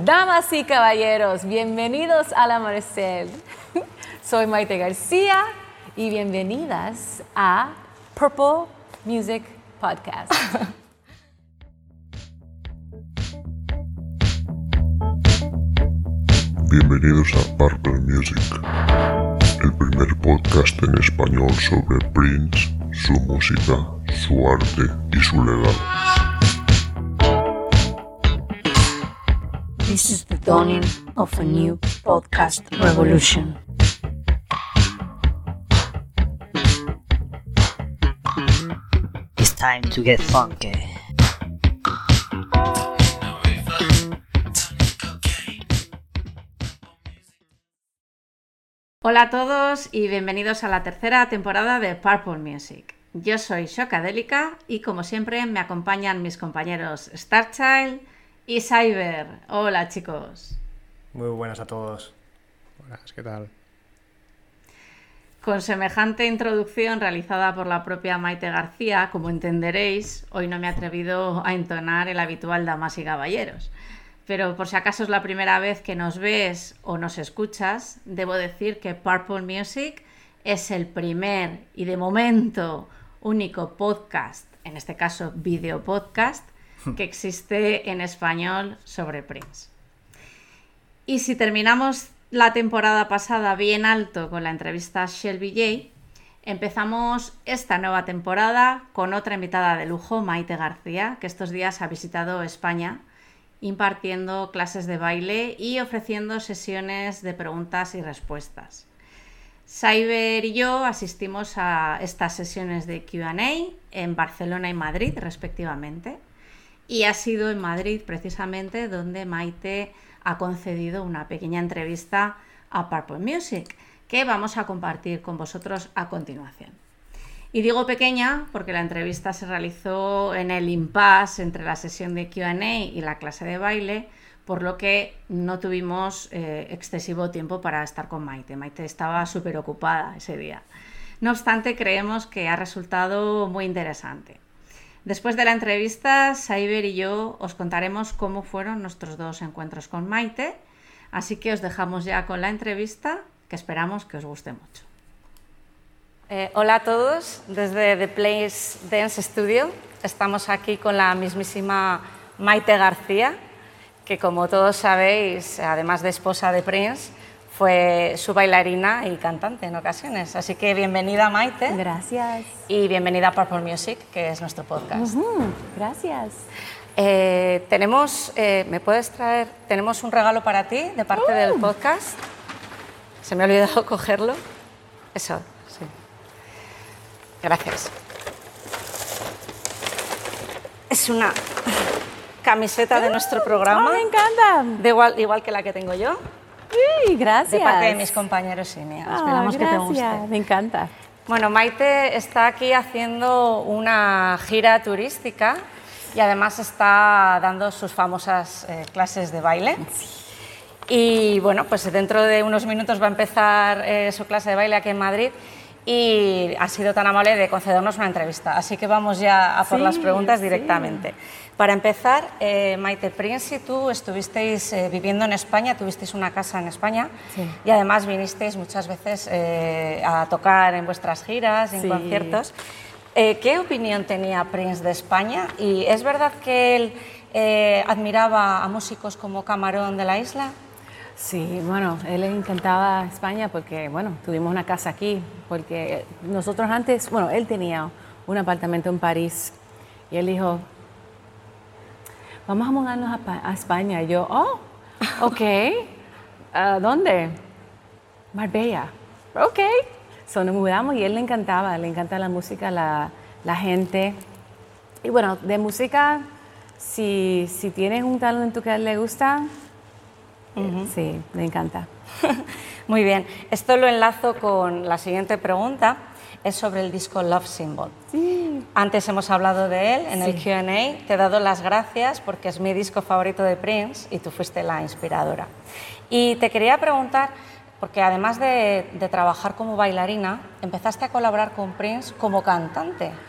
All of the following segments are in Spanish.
Damas y caballeros, bienvenidos al amanecer. Soy Maite García y bienvenidas a Purple Music Podcast. Bienvenidos a Purple Music, el primer podcast en español sobre Prince, su música, su arte y su legado. This is the dawning of a new podcast revolution. It's time to get funky. Hola a todos y bienvenidos a la tercera temporada de Purple Music. Yo soy Shokadelica y como siempre me acompañan mis compañeros Starchild y Cyber. Hola chicos. Muy buenas a todos. Buenas, ¿qué tal? Con semejante introducción realizada por la propia Maite García, como entenderéis, hoy no me he atrevido a entonar el habitual damas y caballeros. Pero por si acaso es la primera vez que nos ves o nos escuchas, debo decir que Purple Music es el primer y de momento único podcast, en este caso video podcast, que existe en español sobre Prince. Y si terminamos la temporada pasada bien alto con la entrevista a Shelby J, empezamos esta nueva temporada con otra invitada de lujo, Maite García, que estos días ha visitado España impartiendo clases de baile y ofreciendo sesiones de preguntas y respuestas. Cyber y yo asistimos a estas sesiones de Q&A en Barcelona y Madrid, respectivamente, y ha sido en Madrid precisamente donde Maite ha concedido una pequeña entrevista a Purple Music, que vamos a compartir con vosotros a continuación. Y digo pequeña porque la entrevista se realizó en el impasse entre la sesión de Q&A y la clase de baile, por lo que no tuvimos excesivo tiempo para estar con Maite. Maite estaba súper ocupada ese día. No obstante, creemos que ha resultado muy interesante. Después de la entrevista, Cyber y yo os contaremos cómo fueron nuestros dos encuentros con Maite, así que os dejamos ya con la entrevista, que esperamos que os guste mucho. Hola a todos, desde The Place Dance Studio. Estamos aquí con la mismísima Maite García, que como todos sabéis, además de esposa de Prince, fue su bailarina y cantante en ocasiones. Así que bienvenida, Maite. Gracias. Y bienvenida a Purple Music, que es nuestro podcast. Gracias. ¿Me puedes traer? Tenemos un regalo para ti de parte del podcast. Se me ha olvidado cogerlo. Eso, sí. Gracias. Es una camiseta de nuestro programa. Me encanta. De igual que la que tengo yo. Sí, gracias. De parte de mis compañeros y mías. Esperamos que te guste. Me encanta. Bueno, Maite está aquí haciendo una gira turística y además está dando sus famosas clases de baile. Sí. Y bueno, pues dentro de unos minutos va a empezar su clase de baile aquí en Madrid y ha sido tan amable de concedernos una entrevista. Así que vamos ya a por las preguntas directamente. Para empezar, Maite, Prince y tú estuvisteis viviendo en España, tuvisteis una casa en España y además vinisteis muchas veces a tocar en vuestras giras, en conciertos. ¿Qué opinión tenía Prince de España? ¿Y es verdad que él admiraba a músicos como Camarón de la Isla? Sí, bueno, él le encantaba España porque, bueno, tuvimos una casa aquí, porque nosotros antes, bueno, él tenía un apartamento en París y él dijo, vamos a mudarnos a España. Y yo, ok, ¿dónde? Marbella. Ok. So nos mudamos y él le encanta la música, la gente. Y bueno, de música, si tienes un talento que a él le gusta, sí, le encanta. Muy bien. Esto lo enlazo con la siguiente pregunta. Es sobre el disco Love Symbol. Sí. Antes hemos hablado de él en el Q&A. Te he dado las gracias porque es mi disco favorito de Prince y tú fuiste la inspiradora. Y te quería preguntar, porque además de trabajar como bailarina, empezaste a colaborar con Prince como cantante.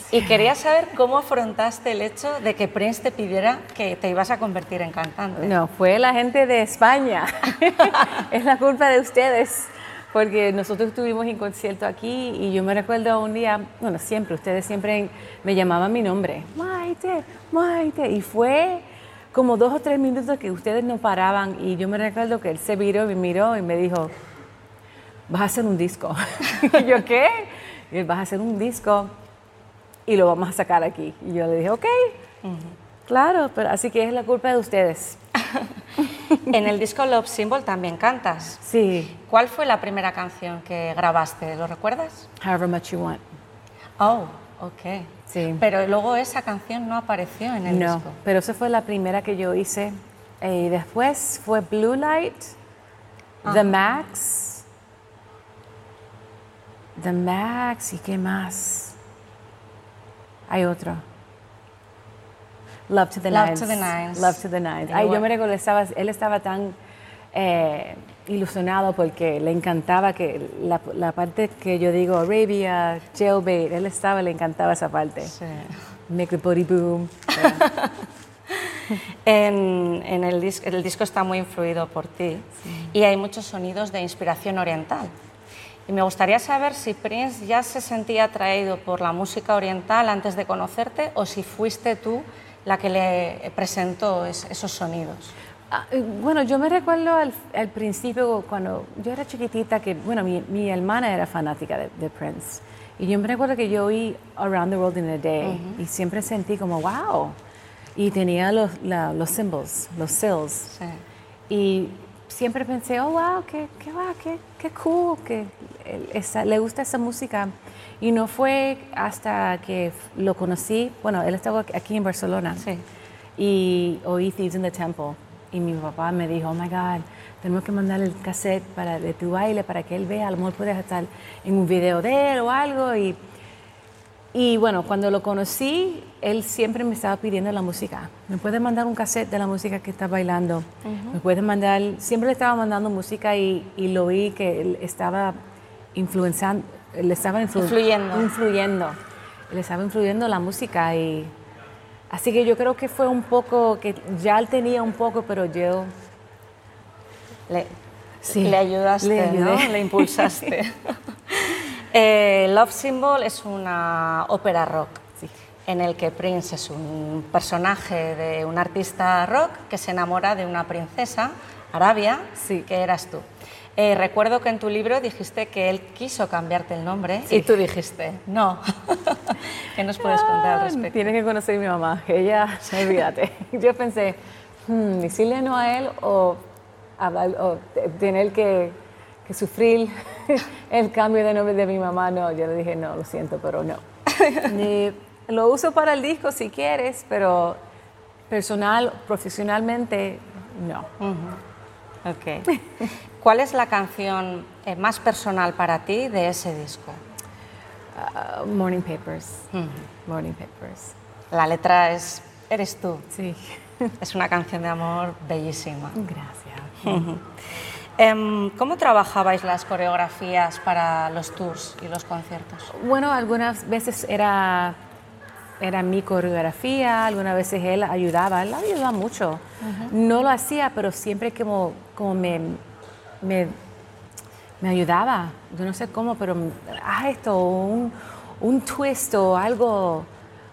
Y quería saber cómo afrontaste el hecho de que Prince te pidiera que te ibas a convertir en cantante. No, fue la gente de España. Es la culpa de ustedes. Porque nosotros estuvimos en concierto aquí y yo me recuerdo un día, bueno, siempre, ustedes siempre me llamaban mi nombre, Maite, Maite, y fue como 2 o 3 minutos que ustedes no paraban y yo me recuerdo que él se viró y me miró y me dijo, vas a hacer un disco. Y yo, ¿qué? Y él, vas a hacer un disco y lo vamos a sacar aquí. Y yo le dije, ok, claro, pero así que es la culpa de ustedes. En el disco Love Symbol también cantas. Sí. ¿Cuál fue la primera canción que grabaste? ¿Lo recuerdas? However Much You Want. Oh, ok. Sí. Pero luego esa canción no apareció en el No, disco. pero esa fue la primera que yo hice. Y después fue Blue Light, The Max, ¿y qué más? Hay otro. Love to the Love Nines. to the Nines. Love to the Nines. Ay, yo me recuerdo, él estaba tan ilusionado porque le encantaba que la parte que yo digo, Arabia, Jailbait, le encantaba esa parte. Sí. Make the booty boom. En el disco está muy influido por ti y hay muchos sonidos de inspiración oriental. Y me gustaría saber si Prince ya se sentía atraído por la música oriental antes de conocerte o si fuiste tú la que le presentó esos sonidos. Bueno, yo me recuerdo al principio, cuando yo era chiquitita, que bueno, mi hermana era fanática de Prince. Y yo me recuerdo que yo oí Around the World in a Day y siempre sentí como, wow. Y tenía los cymbals, los sills. Sí. Y siempre pensé, oh, wow, qué cool, que le gusta esa música. Y no fue hasta que lo conocí, bueno, él estaba aquí en Barcelona. Sí. Y oí Thieves in the Temple. Y mi papá me dijo, oh my God, tenemos que mandarle el cassette de tu baile para que él vea, a lo mejor puedes estar en un video de él o algo. Y bueno, cuando lo conocí, él siempre me estaba pidiendo la música. ¿Me puedes mandar un cassette de la música que estás bailando? ¿Me puedes mandar? Siempre le estaba mandando música y lo oí que él estaba influenciando, le estaba influyendo la música y así que yo creo que fue un poco, que ya él tenía un poco, pero yo le ayudaste, le ayudé. ¿no? Le impulsaste. Love Symbol es una ópera rock en el que Prince es un personaje de un artista rock que se enamora de una princesa, Arabia, que eras tú. Recuerdo que en tu libro dijiste que él quiso cambiarte el nombre y tú dijiste, no. ¿Qué nos puedes contar al respecto? Tienes que conocer a mi mamá, ella, olvídate. Yo pensé, decirle no a él o tener que sufrir el cambio de nombre de mi mamá. No, yo le dije, no, lo siento, pero no. Lo uso para el disco si quieres, pero profesionalmente, no. Ok. ¿Cuál es la canción más personal para ti de ese disco? Morning Papers. Morning Papers. La letra eres tú. Sí. Es una canción de amor bellísima. Gracias. ¿Cómo trabajabais las coreografías para los tours y los conciertos? Bueno, algunas veces era mi coreografía, algunas veces él ayudaba mucho. No lo hacía, pero siempre como me ayudaba. Yo no sé cómo, pero esto, un twist o algo.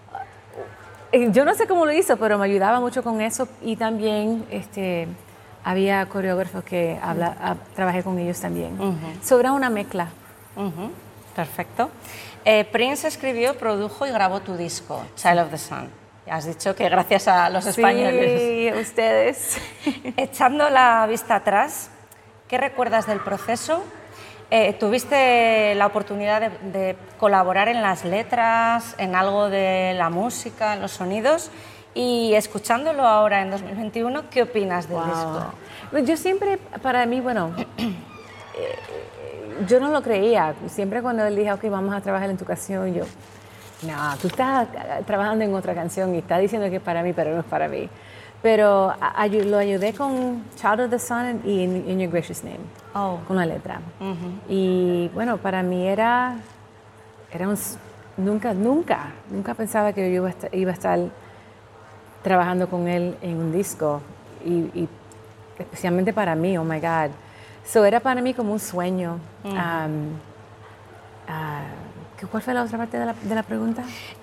Yo no sé cómo lo hizo, pero me ayudaba mucho con eso y también había coreógrafos que trabajé con ellos también. Sobre una mezcla. Perfecto. Prince escribió, produjo y grabó tu disco, Child of the Sun. Has dicho que gracias a los españoles. Sí, ustedes. Echando la vista atrás, ¿qué recuerdas del proceso? ¿Tuviste la oportunidad de colaborar en las letras, en algo de la música, en los sonidos? Y escuchándolo ahora en 2021, ¿qué opinas del disco? Yo siempre, para mí, bueno, yo no lo creía. Siempre cuando él dijo, ok, vamos a trabajar en tu canción, yo, no, tú estás trabajando en otra canción y estás diciendo que es para mí, pero no es para mí. Pero lo ayudé con Child of the Sun y In Your Gracious Name, con la letra. Y bueno, para mí era nunca pensaba que yo iba a estar trabajando con él en un disco y especialmente para mí, oh my God. So era para mí como un sueño. ¿Cuál fue la otra parte de la pregunta?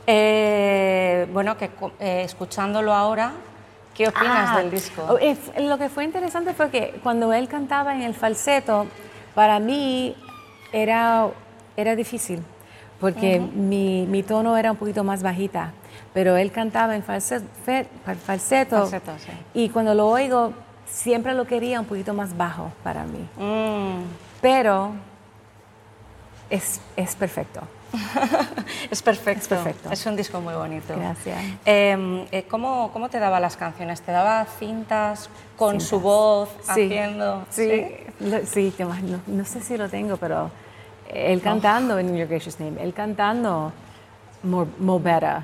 Bueno, escuchándolo ahora, ¿qué opinas del disco? Lo que fue interesante fue que cuando él cantaba en el falseto, para mí era difícil, porque mi tono era un poquito más bajita, pero él cantaba en falseto, Sí. y cuando lo oigo, siempre lo quería un poquito más bajo para mí. Pero es perfecto. Es perfecto. Es perfecto. Es un disco muy bonito. Gracias. ¿Cómo te daba las canciones? ¿Te daba cintas con su voz haciendo? Sí, no sé si lo tengo, pero él cantando en Your Gracious Name, él cantando Mo Better,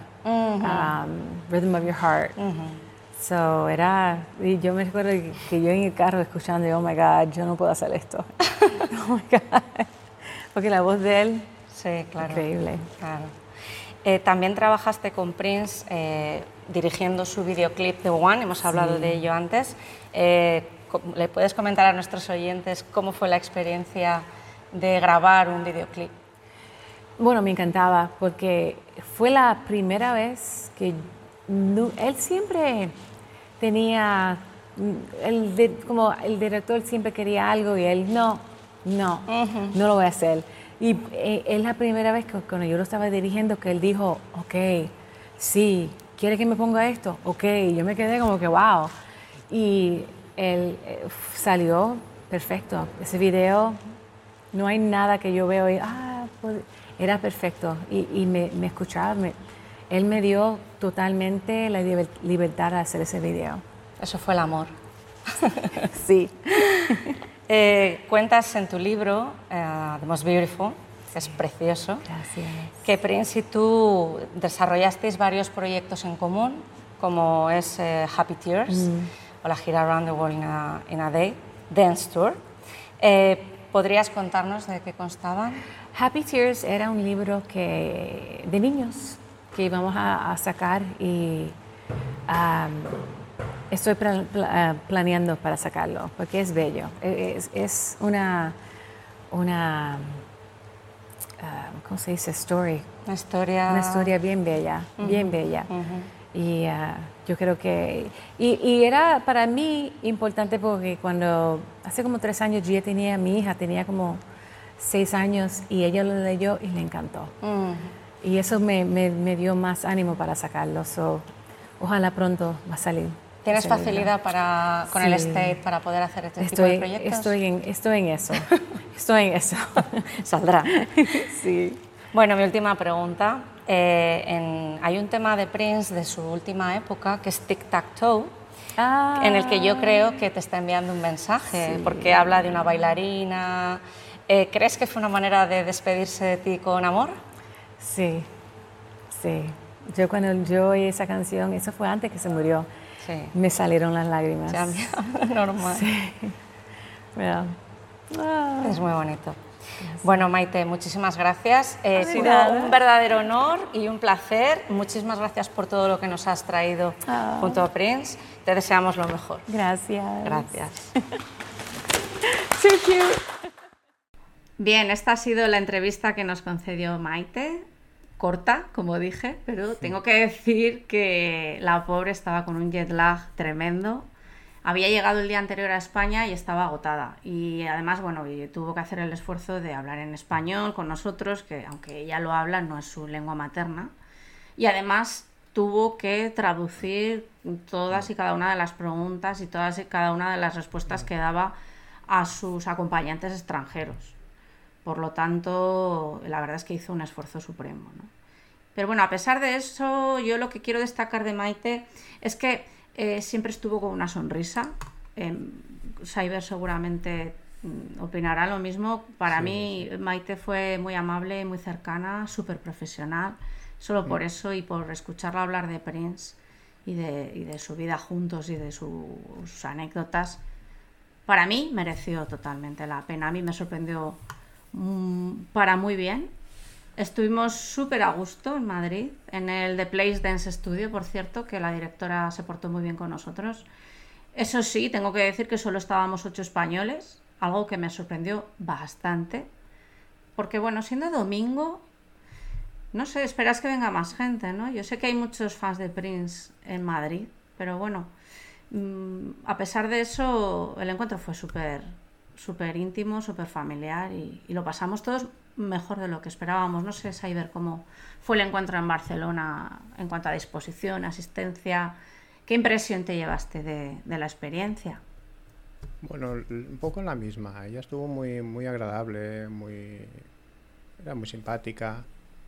Rhythm of Your Heart. So y yo me recuerdo que yo en el carro escuchando, oh my God, yo no puedo hacer esto. Oh my God. Porque la voz de él, sí, claro. Increíble. Claro. También trabajaste con Prince dirigiendo su videoclip The One, hemos hablado de ello antes. ¿Le puedes comentar a nuestros oyentes cómo fue la experiencia de grabar un videoclip? Bueno, me encantaba porque fue la primera vez que él siempre tenía, como el director siempre quería algo y él no lo voy a hacer. Y es la primera vez que cuando yo lo estaba dirigiendo que él dijo, ok, sí, ¿quiere que me ponga esto? Ok, yo me quedé como que wow. Y él salió perfecto. Ese video, no hay nada que yo veo y, pues, era perfecto. Y me escuchaba, él me dio totalmente la libertad de hacer ese video. Eso fue el amor. Sí. Cuentas en tu libro, The Most Beautiful, que es precioso, Gracias. que Prince y tú desarrollasteis varios proyectos en común, como es Happy Tears o la gira Around the World in a Day, Dance Tour. ¿Podrías contarnos de qué constaban? Happy Tears era un libro de niños que íbamos a sacar y estoy planeando para sacarlo porque es bello. Es una ¿cómo se dice? Una historia bien bella, bien bella. Y yo creo que... Y era para mí importante porque hace como 3 años yo ya tenía mi hija, tenía como 6 años y ella lo leyó y le encantó. Y eso me dio más ánimo para sacarlo. Ojalá pronto va a salir. ¿Tienes facilidad con el State para poder hacer este tipo de proyectos? Estoy en eso. Estoy en eso. Saldrá. Sí. Bueno, mi última pregunta. Hay un tema de Prince de su última época que es Tic Tac Toe, en el que yo creo que te está enviando un mensaje, porque habla de una bailarina. ¿Crees que fue una manera de despedirse de ti con amor? Sí. Yo cuando yo oí esa canción, eso fue antes que se murió, me salieron las lágrimas. Ya, normal. Sí. Well, es muy bonito. Bueno, Maite, muchísimas gracias. Ha sido nada. un verdadero honor y un placer. Muchísimas gracias por todo lo que nos has traído junto a Prince. Te deseamos lo mejor. Gracias. Gracias. So cute. Bien, esta ha sido la entrevista que nos concedió Maite. Corta, como dije, pero tengo que decir que la pobre estaba con un jet lag tremendo. Había llegado el día anterior a España y estaba agotada. Y además, bueno, tuvo que hacer el esfuerzo de hablar en español con nosotros, que aunque ella lo habla, no es su lengua materna. Y además tuvo que traducir todas y cada una de las preguntas y todas y cada una de las respuestas que daba a sus acompañantes extranjeros. Por lo tanto, la verdad es que hizo un esfuerzo supremo, ¿no? Pero bueno, a pesar de eso, yo lo que quiero destacar de Maite es que siempre estuvo con una sonrisa. Cyber seguramente opinará lo mismo. Para mí, Maite fue muy amable, muy cercana, súper profesional. Solo por eso y por escucharla hablar de Prince y de su vida juntos y de sus anécdotas, para mí mereció totalmente la pena. A mí me sorprendió para muy bien Estuvimos súper a gusto en Madrid, en el The Place Dance Studio, por cierto, que la directora se portó muy bien con nosotros. Eso sí, tengo que decir que solo estábamos 8 españoles, algo que me sorprendió bastante. Porque bueno, siendo domingo, no sé, esperas que venga más gente, ¿no? Yo sé que hay muchos fans de Prince en Madrid, pero bueno, a pesar de eso, el encuentro fue súper íntimo, súper familiar y lo pasamos todos mejor de lo que esperábamos. No sé, Saiber, cómo fue el encuentro en Barcelona en cuanto a disposición, asistencia. ¿Qué impresión te llevaste de la experiencia? Bueno, un poco la misma. Ella estuvo muy agradable, era muy simpática.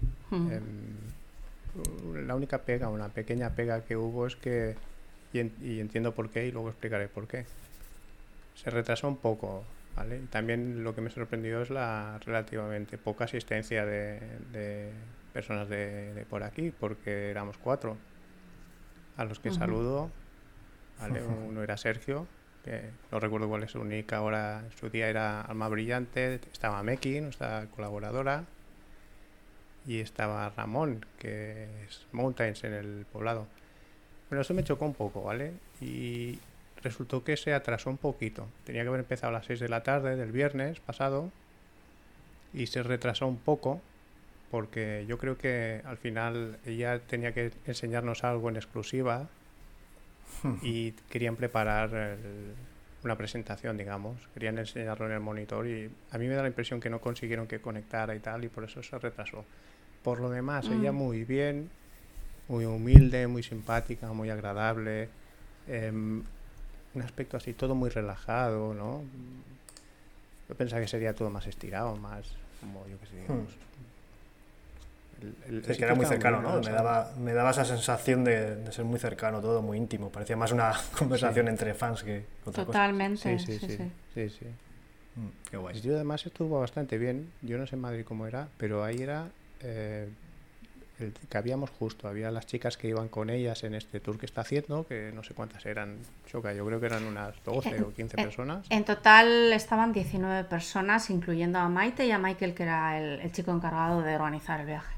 La única pega, una pequeña pega que hubo es que, y entiendo por qué y luego explicaré por qué, se retrasó un poco, ¿vale? Y también lo que me sorprendió es la relativamente poca asistencia de personas de por aquí, porque éramos 4 a los que saludo, ¿vale? Uno era Sergio, que no recuerdo cuál es su única ahora, en su día era Alma Brillante, estaba Meki, nuestra colaboradora, y estaba Ramón, que es Mountains en el Poblado. Bueno, eso me chocó un poco, ¿vale? Y resultó que se atrasó un poquito. Tenía que haber empezado a las 6 de la tarde del viernes pasado y se retrasó un poco porque yo creo que al final ella tenía que enseñarnos algo en exclusiva y querían preparar una presentación, digamos. Querían enseñarlo en el monitor y a mí me da la impresión que no consiguieron que conectara y tal y por eso se retrasó. Por lo demás, ella muy bien, muy humilde, muy simpática, muy agradable. Un aspecto así, todo muy relajado, ¿no? Yo pensaba que sería todo más estirado, más como yo que sé, digamos. Es que era muy cercano, ¿no? Me daba esa sensación de ser muy cercano, todo muy íntimo. Parecía más una conversación entre fans que otra Totalmente, cosa. Sí. Qué guay. El sitio además estuvo bastante bien. Yo no sé en Madrid cómo era, pero ahí era que habíamos justo. Había las chicas que iban con ellas en este tour que está haciendo, que no sé cuántas eran, Choca, yo creo que eran unas 12 o 15 personas. En total estaban 19 personas, incluyendo a Maite y a Michael, que era el chico encargado de organizar el viaje.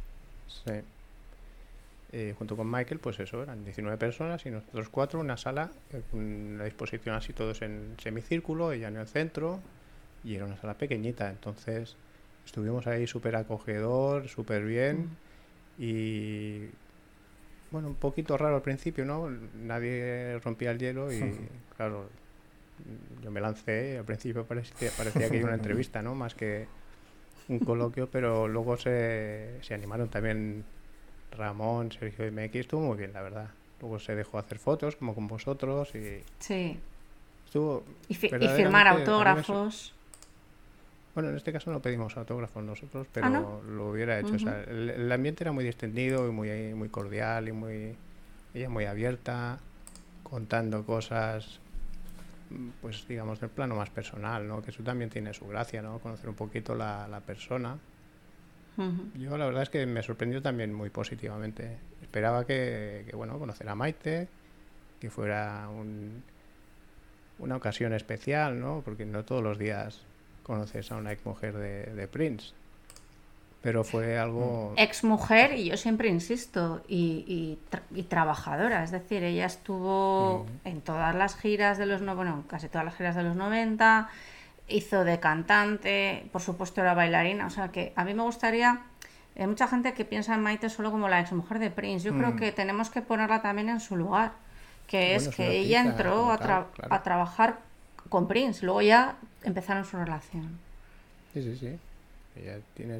Sí. Junto con Michael, pues eso, eran 19 personas y nosotros 4, una sala, una disposición así todos en semicírculo, ella en el centro, y era una sala pequeñita, entonces estuvimos ahí súper acogedor, súper bien, y bueno, un poquito raro al principio, ¿no? Nadie rompía el hielo y claro, yo me lancé y al principio parecía que era una entrevista, ¿no? Más que un coloquio, pero luego se animaron también Ramón, Sergio y Meki, estuvo muy bien, la verdad. Luego se dejó hacer fotos, como con vosotros, y sí. Estuvo y firmar autógrafos. Bueno, en este caso no pedimos autógrafos nosotros, pero ¿no? lo hubiera hecho. O sea, el ambiente era muy distendido y muy cordial y ella muy abierta, contando cosas, pues digamos, del plano más personal, ¿no? Que eso también tiene su gracia, ¿no? Conocer un poquito la persona. Yo la verdad es que me sorprendió también muy positivamente. Esperaba que bueno, conocer a Maite, que fuera una ocasión especial, ¿no? Porque no todos los días conoces a una exmujer de Prince. Pero fue algo... Exmujer, y yo siempre insisto, y trabajadora. Es decir, ella estuvo en todas las giras de los... Bueno, casi todas las giras de los 90... Hizo de cantante, por supuesto era bailarina, o sea que a mí me gustaría, hay mucha gente que piensa en Maite solo como la exmujer de Prince, yo creo que tenemos que ponerla también en su lugar, que es que ella entró a trabajar con Prince, luego ya empezaron su relación. Sí, ella tiene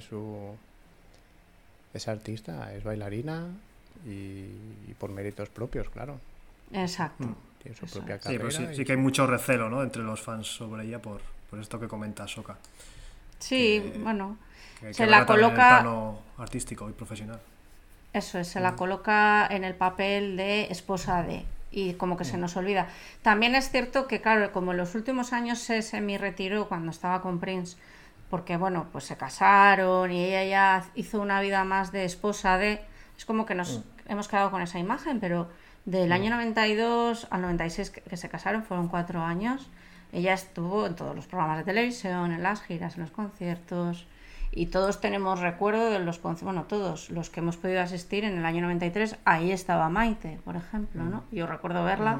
es artista, es bailarina y por méritos propios, claro. Exacto. Tiene su propia carrera. Sí, pues sí que hay mucho recelo, ¿no? Entre los fans sobre ella por esto que comenta Soka. Sí, bueno, se la coloca en el plano artístico y profesional. Eso es, se la coloca en el papel de esposa de, y como que se nos olvida. También es cierto que, claro, como en los últimos años se semi-retiró cuando estaba con Prince, porque, bueno, pues se casaron y ella ya hizo una vida más de esposa de, es como que nos hemos quedado con esa imagen, pero del año 92 al 96 que se casaron, fueron 4 años. Ella estuvo en todos los programas de televisión, en las giras, en los conciertos. Y todos tenemos recuerdo de los conciertos, bueno, todos los que hemos podido asistir en el año 93, ahí estaba Maite, por ejemplo, ¿no? Yo recuerdo verla,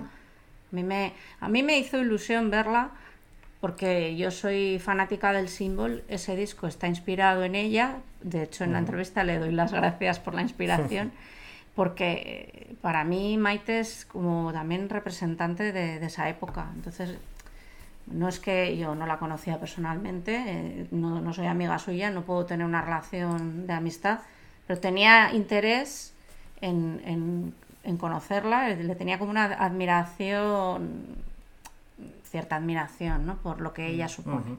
a mí me hizo ilusión verla, porque yo soy fanática del Symbol, ese disco está inspirado en ella, de hecho en la entrevista le doy las gracias por la inspiración, porque para mí Maite es como también representante de esa época. Entonces, no es que yo no la conocía personalmente, no soy amiga suya, no puedo tener una relación de amistad, pero tenía interés en conocerla, le tenía como una admiración, cierta admiración, ¿no? Por lo que ella supone.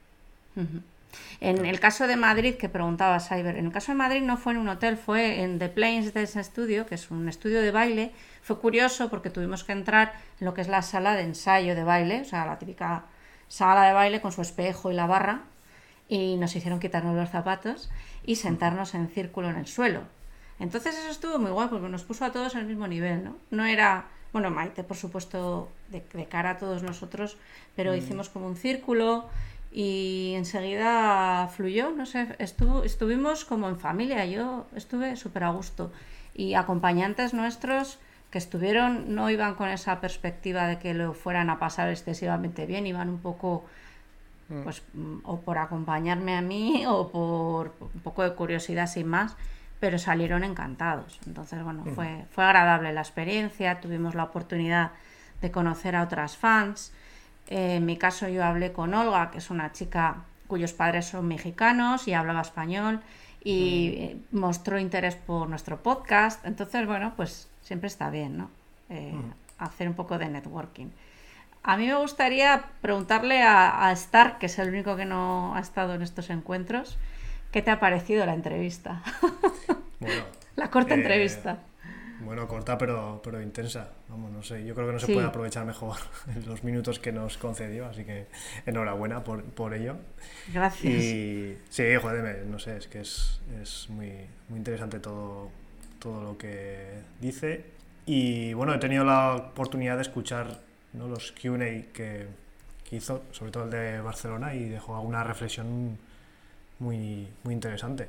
En el caso de Madrid, que preguntaba Cyber, en el caso de Madrid no fue en un hotel, fue en The Plains Dance Studio, que es un estudio de baile. Fue curioso porque tuvimos que entrar en lo que es la sala de ensayo de baile, o sea, la típica sala de baile con su espejo y la barra, y nos hicieron quitarnos los zapatos y sentarnos en círculo en el suelo. Entonces eso estuvo muy guay porque nos puso a todos al mismo nivel, ¿no? No era, bueno, Maite, por supuesto, de cara a todos nosotros, pero hicimos como un círculo y enseguida fluyó, no sé, estuvimos como en familia, yo estuve súper a gusto. Y acompañantes nuestros que estuvieron no iban con esa perspectiva de que lo fueran a pasar excesivamente bien, iban un poco, pues, o por acompañarme a mí o por un poco de curiosidad sin más, pero salieron encantados. Entonces, bueno, fue agradable la experiencia, tuvimos la oportunidad de conocer a otras fans. En mi caso yo hablé con Olga, que es una chica cuyos padres son mexicanos y hablaba español y mostró interés por nuestro podcast. Entonces, bueno, pues siempre está bien, ¿no? Hacer un poco de networking. A mí me gustaría preguntarle a Stark, que es el único que no ha estado en estos encuentros, ¿qué te ha parecido la entrevista? Bueno, la corta entrevista. Bueno, corta pero intensa. Vamos, no sé, yo creo que no se puede aprovechar mejor los minutos que nos concedió, así que enhorabuena por ello. Gracias. Y sí, joder, no sé, es que es muy, muy interesante todo lo que dice. Y bueno, he tenido la oportunidad de escuchar, ¿no?, los Q&A que hizo, sobre todo el de Barcelona, y dejó alguna reflexión muy, muy interesante.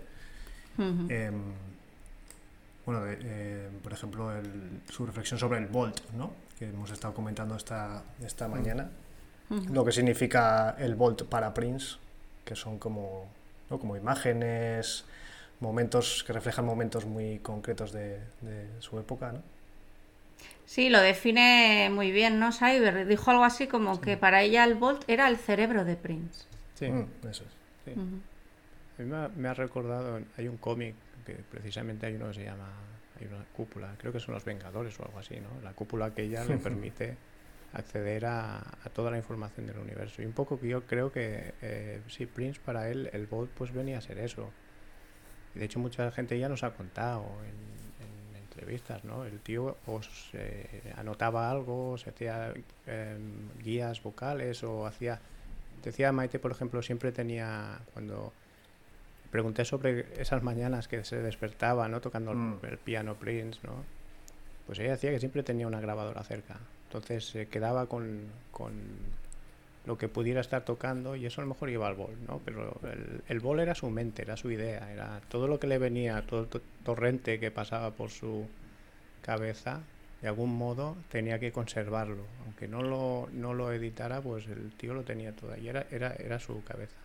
Bueno, por ejemplo, su reflexión sobre el Volt, ¿no?, que hemos estado comentando esta mañana, lo que significa el Volt para Prince, que son como, ¿no?, como imágenes, momentos que reflejan momentos muy concretos de su época, ¿no? Sí, lo define muy bien, ¿no? Cyber dijo algo así como que para ella el Volt era el cerebro de Prince. Sí, eso es. Sí. A mí me ha recordado, hay un cómic que precisamente hay uno que se llama, hay una cúpula, creo que son los Vengadores o algo así, ¿no? La cúpula que ella le permite acceder a toda la información del universo. Y un poco que yo creo que sí, Prince, para él el Volt pues venía a ser eso. Y de hecho mucha gente ya nos ha contado en entrevistas, ¿no? El tío os anotaba algo, se hacía guías vocales o hacía... Decía Maite, por ejemplo, siempre tenía, cuando pregunté sobre esas mañanas que se despertaba, ¿no?, tocando el piano Prince, ¿no?, pues ella decía que siempre tenía una grabadora cerca. Entonces se quedaba con lo que pudiera estar tocando, y eso a lo mejor iba al bol, ¿no? Pero el bol era su mente, era su idea, era todo lo que le venía, todo el torrente que pasaba por su cabeza, de algún modo tenía que conservarlo. Aunque no lo editara, pues el tío lo tenía todo ahí, era su cabeza.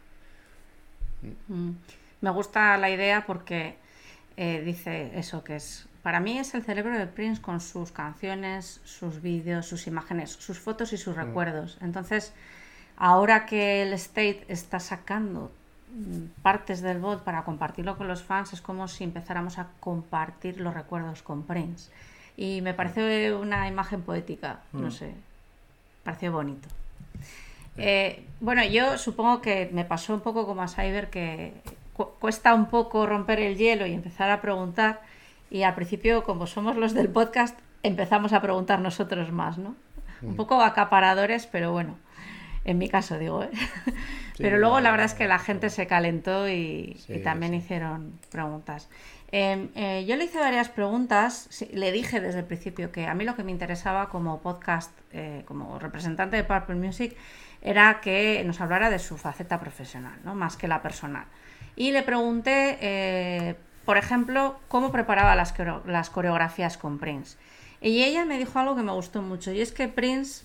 Me gusta la idea porque dice eso, que es, para mí es el cerebro de Prince con sus canciones, sus vídeos, sus imágenes, sus fotos y sus recuerdos. Entonces, ahora que el State está sacando partes del bot para compartirlo con los fans, es como si empezáramos a compartir los recuerdos con Prince. Y me parece una imagen poética, no sé, pareció bonito. Bueno, yo supongo que me pasó un poco como a Cyber, que cuesta un poco romper el hielo y empezar a preguntar, y al principio, como somos los del podcast, empezamos a preguntar nosotros más, ¿no? Un poco acaparadores, pero bueno, en mi caso digo, Sí, pero luego la verdad es que la gente se calentó y también hicieron preguntas. Yo le hice varias preguntas, le dije desde el principio que a mí lo que me interesaba como podcast, como representante de Purple Music, era que nos hablara de su faceta profesional, ¿no? Más que la personal. Y le pregunté, por ejemplo, cómo preparaba las coreografías con Prince. Y ella me dijo algo que me gustó mucho, y es que Prince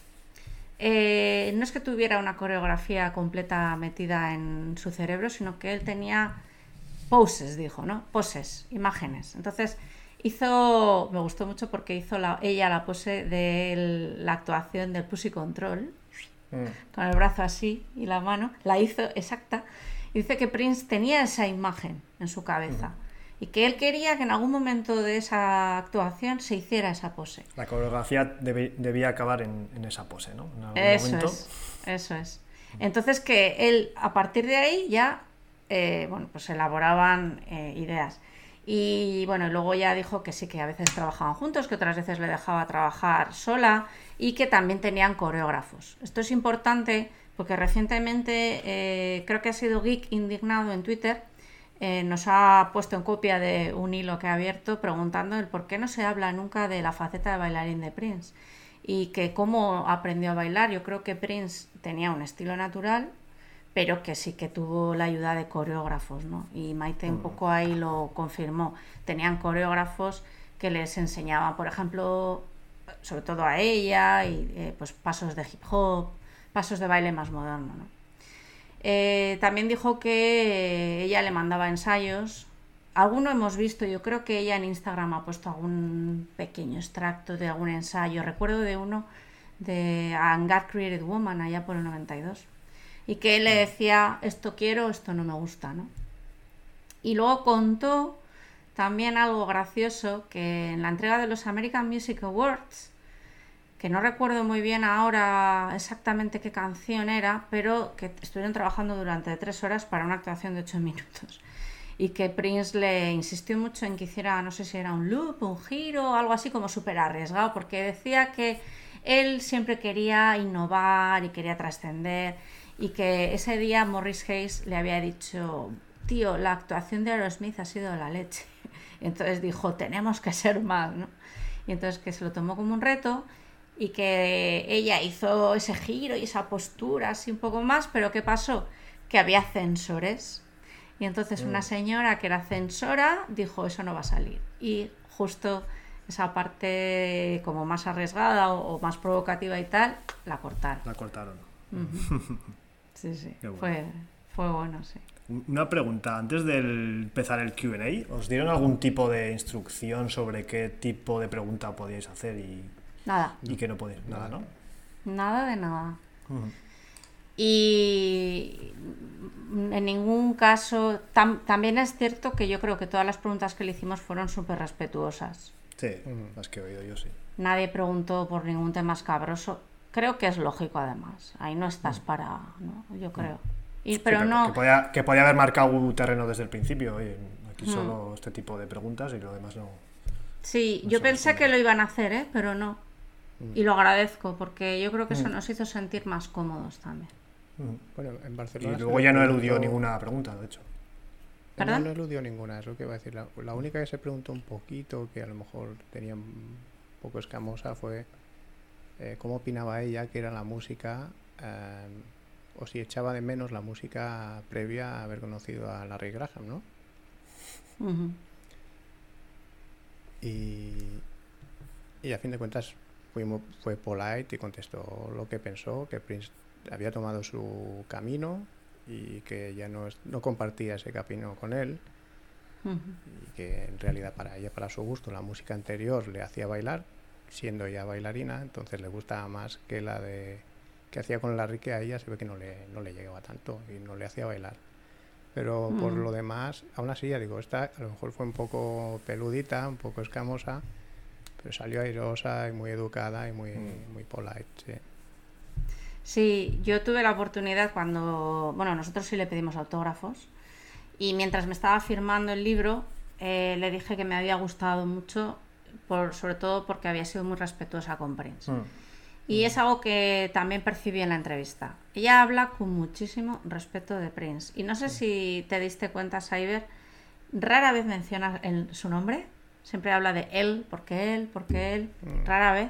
no es que tuviera una coreografía completa metida en su cerebro, sino que él tenía poses, dijo, ¿no? Poses, imágenes. Entonces me gustó mucho porque hizo ella la pose de la actuación del Pussy Control, con el brazo así y la mano, la hizo exacta. Y dice que Prince tenía esa imagen en su cabeza. Y que él quería que en algún momento de esa actuación se hiciera esa pose. La coreografía debía acabar en esa pose, ¿no? En algún momento. Eso es. Entonces que él, a partir de ahí, ya pues elaboraban ideas. Y bueno, luego ya dijo que sí, que a veces trabajaban juntos, que otras veces le dejaba trabajar sola y que también tenían coreógrafos. Esto es importante porque recientemente, creo que ha sido Geek Indignado en Twitter, nos ha puesto en copia de un hilo que ha abierto preguntando el por qué no se habla nunca de la faceta de bailarín de Prince y que cómo aprendió a bailar. Yo creo que Prince tenía un estilo natural, pero que sí que tuvo la ayuda de coreógrafos, ¿no? Y Maite un poco ahí lo confirmó. Tenían coreógrafos que les enseñaban, por ejemplo, sobre todo a ella, y pues pasos de hip hop, pasos de baile más moderno, ¿no? También dijo que ella le mandaba ensayos. Alguno hemos visto, yo creo que ella en Instagram ha puesto algún pequeño extracto de algún ensayo. Recuerdo de uno de And God Created Woman, allá por el 92. Y que él le decía, esto quiero, esto no me gusta, ¿no? Y luego contó también algo gracioso, que en la entrega de los American Music Awards, que no recuerdo muy bien ahora exactamente qué canción era, pero que estuvieron trabajando durante 3 horas para una actuación de 8 minutos. Y que Prince le insistió mucho en que hiciera, no sé si era un loop, un giro, algo así como súper arriesgado, porque decía que él siempre quería innovar y quería trascender, y que ese día Morris Hayes le había dicho, tío, la actuación de Aerosmith ha sido la leche. Y entonces dijo, tenemos que ser más, ¿no? Y entonces que se lo tomó como un reto, y que ella hizo ese giro y esa postura así un poco más, pero ¿qué pasó? Que había censores. Y entonces una señora que era censora dijo, eso no va a salir. Y justo esa parte como más arriesgada o más provocativa y tal, la cortaron. La cortaron. Sí, sí. Bueno. Fue bueno, sí. Una pregunta, antes de empezar el Q&A, ¿os dieron algún tipo de instrucción sobre qué tipo de pregunta podíais hacer Nada. y qué no podíais? Nada, ¿no? Nada de nada. Y en ningún caso, también es cierto que yo creo que todas las preguntas que le hicimos fueron súper respetuosas. Sí, las que he oído yo, sí. Nadie preguntó por ningún tema escabroso. Creo que es lógico, además. Ahí no estás para, ¿no? Yo creo. Pero no... Que podía haber marcado un terreno desde el principio. Oye, aquí solo este tipo de preguntas y lo demás no. Sí, yo pensé que lo iban a hacer, pero no. Y lo agradezco, porque yo creo que eso nos hizo sentir más cómodos también. Bueno, en Barcelona... Y luego ya no eludió ninguna pregunta, de hecho. ¿Perdón? No eludió ninguna, es lo que iba a decir. La única que se preguntó un poquito, que a lo mejor tenía un poco escamosa, fue cómo opinaba ella que era la música, o si echaba de menos la música previa a haber conocido a Larry Graham, ¿no? Y a fin de cuentas fue polite y contestó lo que pensó, que Prince había tomado su camino y que ya no compartía ese camino con él, y que en realidad para ella, para su gusto, la música anterior le hacía bailar, siendo ya bailarina, entonces le gustaba más que la que hacía con Larry, que a ella se ve que no le llegaba tanto y no le hacía bailar. Pero por lo demás, aún así, ya digo, esta a lo mejor fue un poco peludita, un poco escamosa, pero salió airosa y muy educada y muy polite, sí. Sí, yo tuve la oportunidad cuando... Bueno, nosotros sí le pedimos autógrafos, y mientras me estaba firmando el libro, le dije que me había gustado mucho, sobre todo porque había sido muy respetuosa con Prince. Y es algo que también percibí en la entrevista. Ella habla con muchísimo respeto de Prince. Y no sé si te diste cuenta, Cyber, rara vez menciona su nombre. Siempre habla de él, porque él, rara vez.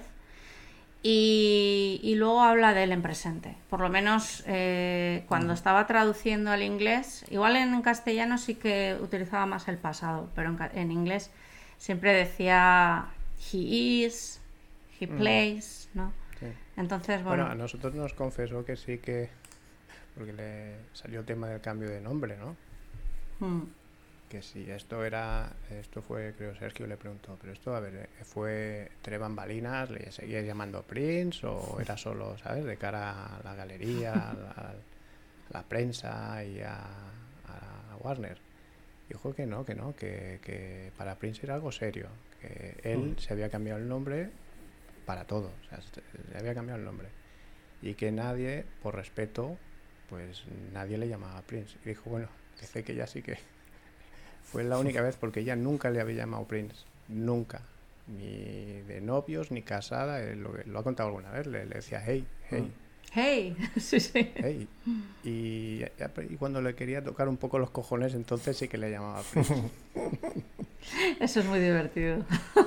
Y luego habla de él en presente. Por lo menos cuando estaba traduciendo al inglés, igual en castellano sí que utilizaba más el pasado, pero en inglés siempre decía he is, he plays, ¿no? Sí. Entonces, bueno. A nosotros nos confesó que sí que... Porque le salió el tema del cambio de nombre, ¿no? Que si esto fue, creo Sergio le preguntó, pero esto, a ver, ¿fue entre bambalinas? ¿Le seguía llamando Prince o era solo, ¿sabes? De cara a la galería, a la prensa y a Warner. Dijo que no, que para Prince era algo serio, que él se había cambiado el nombre para todo, o sea, se había cambiado el nombre. Y que nadie, por respeto, pues nadie le llamaba Prince. Y dijo, bueno, dice que ya sí que... Fue la única vez porque ella nunca le había llamado Prince, nunca, ni de novios, ni casada, lo ha contado alguna vez, le decía hey, Sí. hey. Y cuando le quería tocar un poco los cojones, entonces sí que le llamaba Prince. Eso es muy divertido.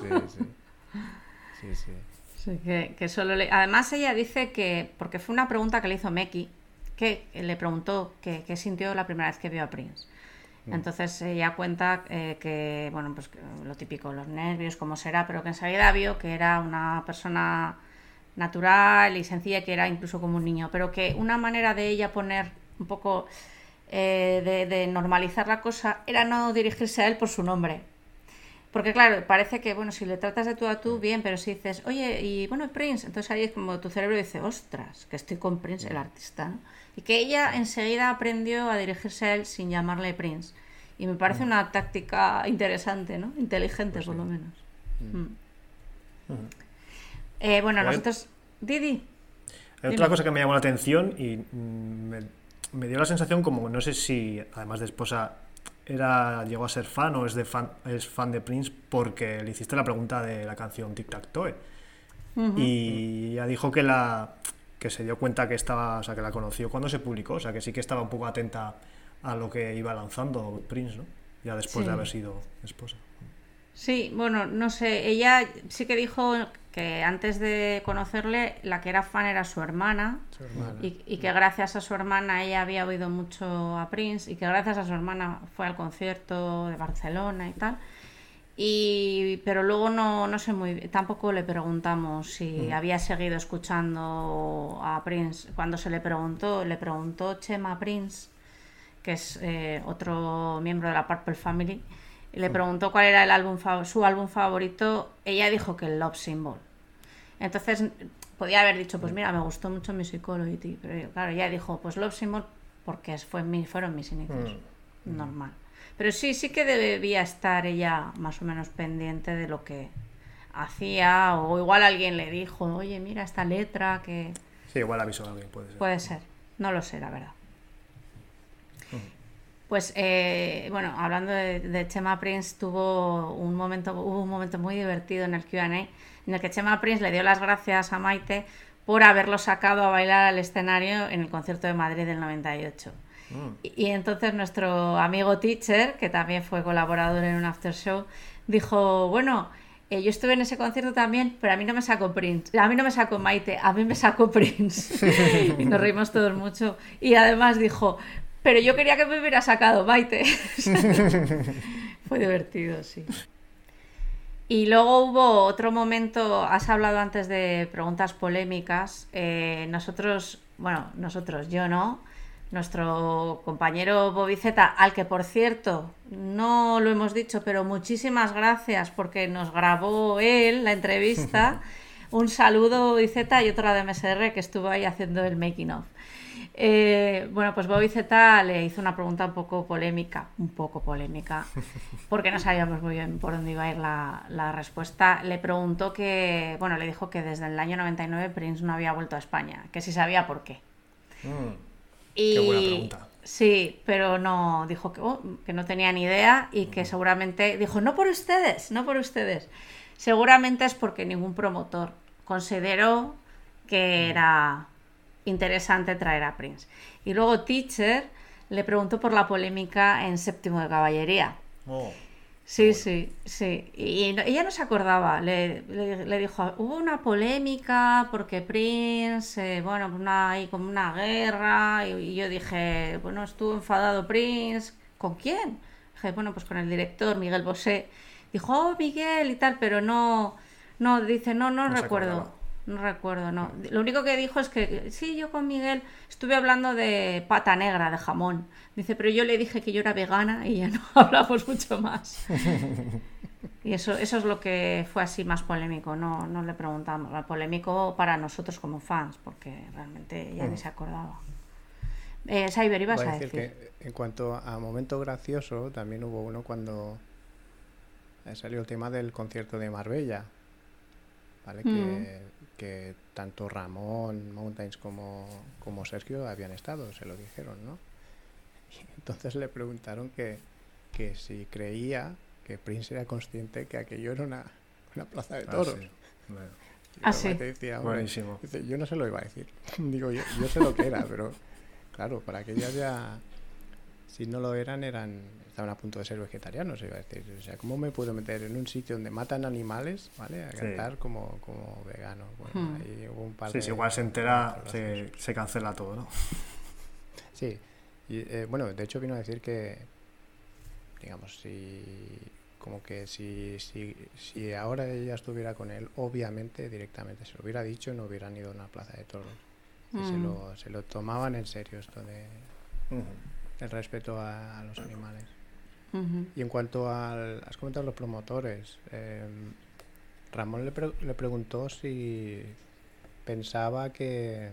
Sí. Sí, que solo Además ella dice que, porque fue una pregunta que le hizo Meki, que le preguntó qué sintió la primera vez que vio a Prince. Entonces ella cuenta que, bueno, pues lo típico, los nervios, cómo será, pero que enseguida vio que era una persona natural y sencilla, que era incluso como un niño, pero que una manera de ella poner un poco de normalizar la cosa era no dirigirse a él por su nombre. Porque claro, parece que, bueno, si le tratas de tú a tú, bien, pero si dices, oye, y bueno, Prince, entonces ahí es como tu cerebro dice, ostras, que estoy con Prince, el artista, ¿no? Y que ella enseguida aprendió a dirigirse a él sin llamarle Prince. Y me parece una táctica interesante, ¿no? Inteligente, pues por lo menos. Bueno, nosotros... Didi. Hay otra cosa que me llamó la atención y me dio la sensación como, no sé si, además de esposa, llegó a ser fan o es fan de Prince porque le hiciste la pregunta de la canción Tic Tac Toe. Y ella dijo que se dio cuenta que estaba, o sea, que la conoció cuando se publicó, o sea, que sí que estaba un poco atenta a lo que iba lanzando Prince, ¿no? Ya después de haber sido esposa. Sí, bueno, no sé, ella sí que dijo que antes de conocerle, la que era fan era su hermana. Y que gracias a su hermana ella había oído mucho a Prince y que gracias a su hermana fue al concierto de Barcelona y tal. Pero luego no sé muy bien, tampoco le preguntamos si había seguido escuchando a Prince. Cuando se le preguntó Chema Prince, que es otro miembro de la Purple Family, y le preguntó cuál era su álbum favorito. Ella dijo que el Love Symbol. Entonces podía haber dicho, pues mira, me gustó mucho Musicology, pero claro, ella dijo, pues Love Symbol porque fueron mis inicios. Normal. Pero sí que debía estar ella más o menos pendiente de lo que hacía, o igual alguien le dijo, oye, mira esta letra que... Sí, igual avisó a alguien, puede ser. Puede ser, no lo sé, la verdad. Pues, bueno, hablando de Chema Prince, hubo un momento muy divertido en el Q&A, en el que Chema Prince le dio las gracias a Maite por haberlo sacado a bailar al escenario en el concierto de Madrid del 98. Y entonces nuestro amigo Teacher, que también fue colaborador en un after show, dijo, bueno, yo estuve en ese concierto también, pero a mí no me sacó Prince, a mí no me sacó Maite, a mí me sacó Prince. Y nos reímos todos mucho. Y además dijo, pero yo quería que me hubiera sacado Maite. Fue divertido, sí. Y luego hubo otro momento, has hablado antes de preguntas polémicas. Yo no. Nuestro compañero Bobiceta, al que por cierto no lo hemos dicho, pero muchísimas gracias porque nos grabó él la entrevista. Un saludo, Bobiceta, y otro de MSR que estuvo ahí haciendo el making of. Bueno, pues Bobiceta le hizo una pregunta un poco polémica, porque no sabíamos muy bien por dónde iba a ir la respuesta. Le preguntó le dijo que desde el año 99 Prince no había vuelto a España, que si sabía por qué. Qué buena pregunta. Sí, pero no, dijo que no tenía ni idea y que seguramente, dijo, no por ustedes, seguramente es porque ningún promotor consideró que era interesante traer a Prince. Y luego Teacher le preguntó por la polémica en Séptimo de Caballería, Oh. Sí, sí, sí. Y ella no se acordaba. Le dijo, hubo una polémica porque Prince, bueno, hay como una guerra. Y yo dije, bueno, estuvo enfadado Prince. ¿Con quién? Dije, bueno, pues con el director, Miguel Bosé. Dijo, oh, Miguel y tal, pero dice, no No se recuerdo. acordaba. No recuerdo, no. Lo único que dijo es que sí, yo con Miguel estuve hablando de pata negra, de jamón. Dice, pero yo le dije que yo era vegana y ya no hablamos mucho más. Y eso es lo que fue así más polémico, no le preguntamos. Polémico para nosotros como fans, porque realmente ya ni se acordaba. Cyber, ibas Voy a a decir decir. que en cuanto a momento gracioso, también hubo uno cuando salió el tema del concierto de Marbella, ¿vale? Que tanto Ramón Mountains como Sergio habían estado, se lo dijeron, ¿no? Y entonces le preguntaron que si creía que Prince era consciente que aquello era una plaza de toros. Sí. Bueno, Y Ah, luego sí. te decía, hombre, buenísimo. dice, yo no se lo iba a decir. Digo, yo sé lo que era, pero claro, para aquellas ya, si no lo estaban a punto de ser vegetarianos, iba a decir. O sea, ¿cómo me puedo meter en un sitio donde matan animales, ¿vale? A Sí. cantar como vegano. Bueno, ahí hubo un par Sí, de... si igual se entera, graciosos. se cancela todo, ¿no? Sí, y bueno, de hecho vino a decir que, digamos, si ahora ella estuviera con él, obviamente directamente se lo hubiera dicho y no hubieran ido a una plaza de toros. Y se lo tomaban en serio esto del respeto a los animales. Y en cuanto has comentado los promotores, Ramón le preguntó si pensaba que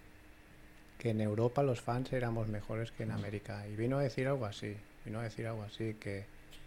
en Europa los fans éramos mejores que en América, y vino a decir algo así, que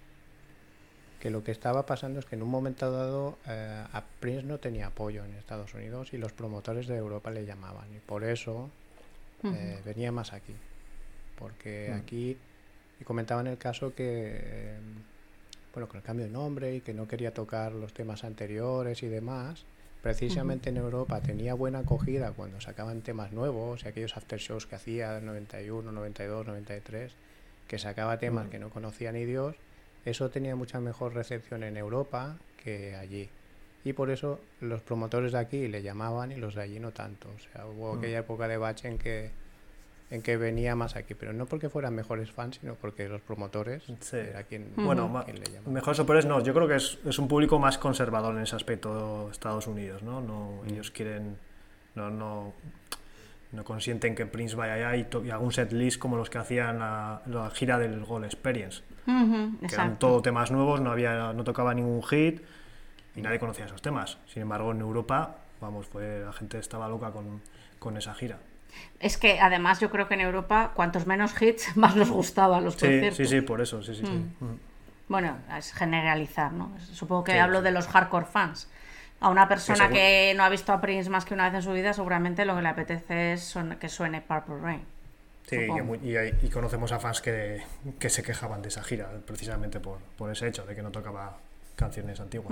lo que estaba pasando es que en un momento dado a Prince no tenía apoyo en Estados Unidos y los promotores de Europa le llamaban, y por eso venía más aquí, porque aquí, y comentaban el caso que bueno, con el cambio de nombre y que no quería tocar los temas anteriores y demás, precisamente en Europa tenía buena acogida cuando sacaban temas nuevos y aquellos after shows que hacía en 91, 92, 93, que sacaba temas que no conocía ni Dios. Eso tenía mucha mejor recepción en Europa que allí. Y por eso los promotores de aquí le llamaban y los de allí no tanto. O sea, hubo aquella época de bache en que venía más aquí, pero no porque fueran mejores fans, sino porque los promotores Sí. era quien le llamaba. Mejores operadores no, yo creo que es un público más conservador en ese aspecto, Estados Unidos, ¿no? Ellos quieren, no consienten que Prince vaya allá y haga un set list como los que hacían la gira del Gold Experience, que eran todo temas nuevos, no tocaba ningún hit y nadie conocía esos temas. Sin embargo, en Europa, vamos, la gente estaba loca con esa gira. Es que además yo creo que en Europa cuantos menos hits más nos gustaban los conciertos. Sí, por eso, sí. Bueno, es generalizar, ¿no? Supongo que Sí, hablo sí. de los hardcore fans. A una persona Sí, que no ha visto a Prince más que una vez en su vida, seguramente lo que le apetece es que suene Purple Rain. Sí, Supongo. y conocemos a fans que se quejaban de esa gira, precisamente por ese hecho de que no tocaba canciones antiguas.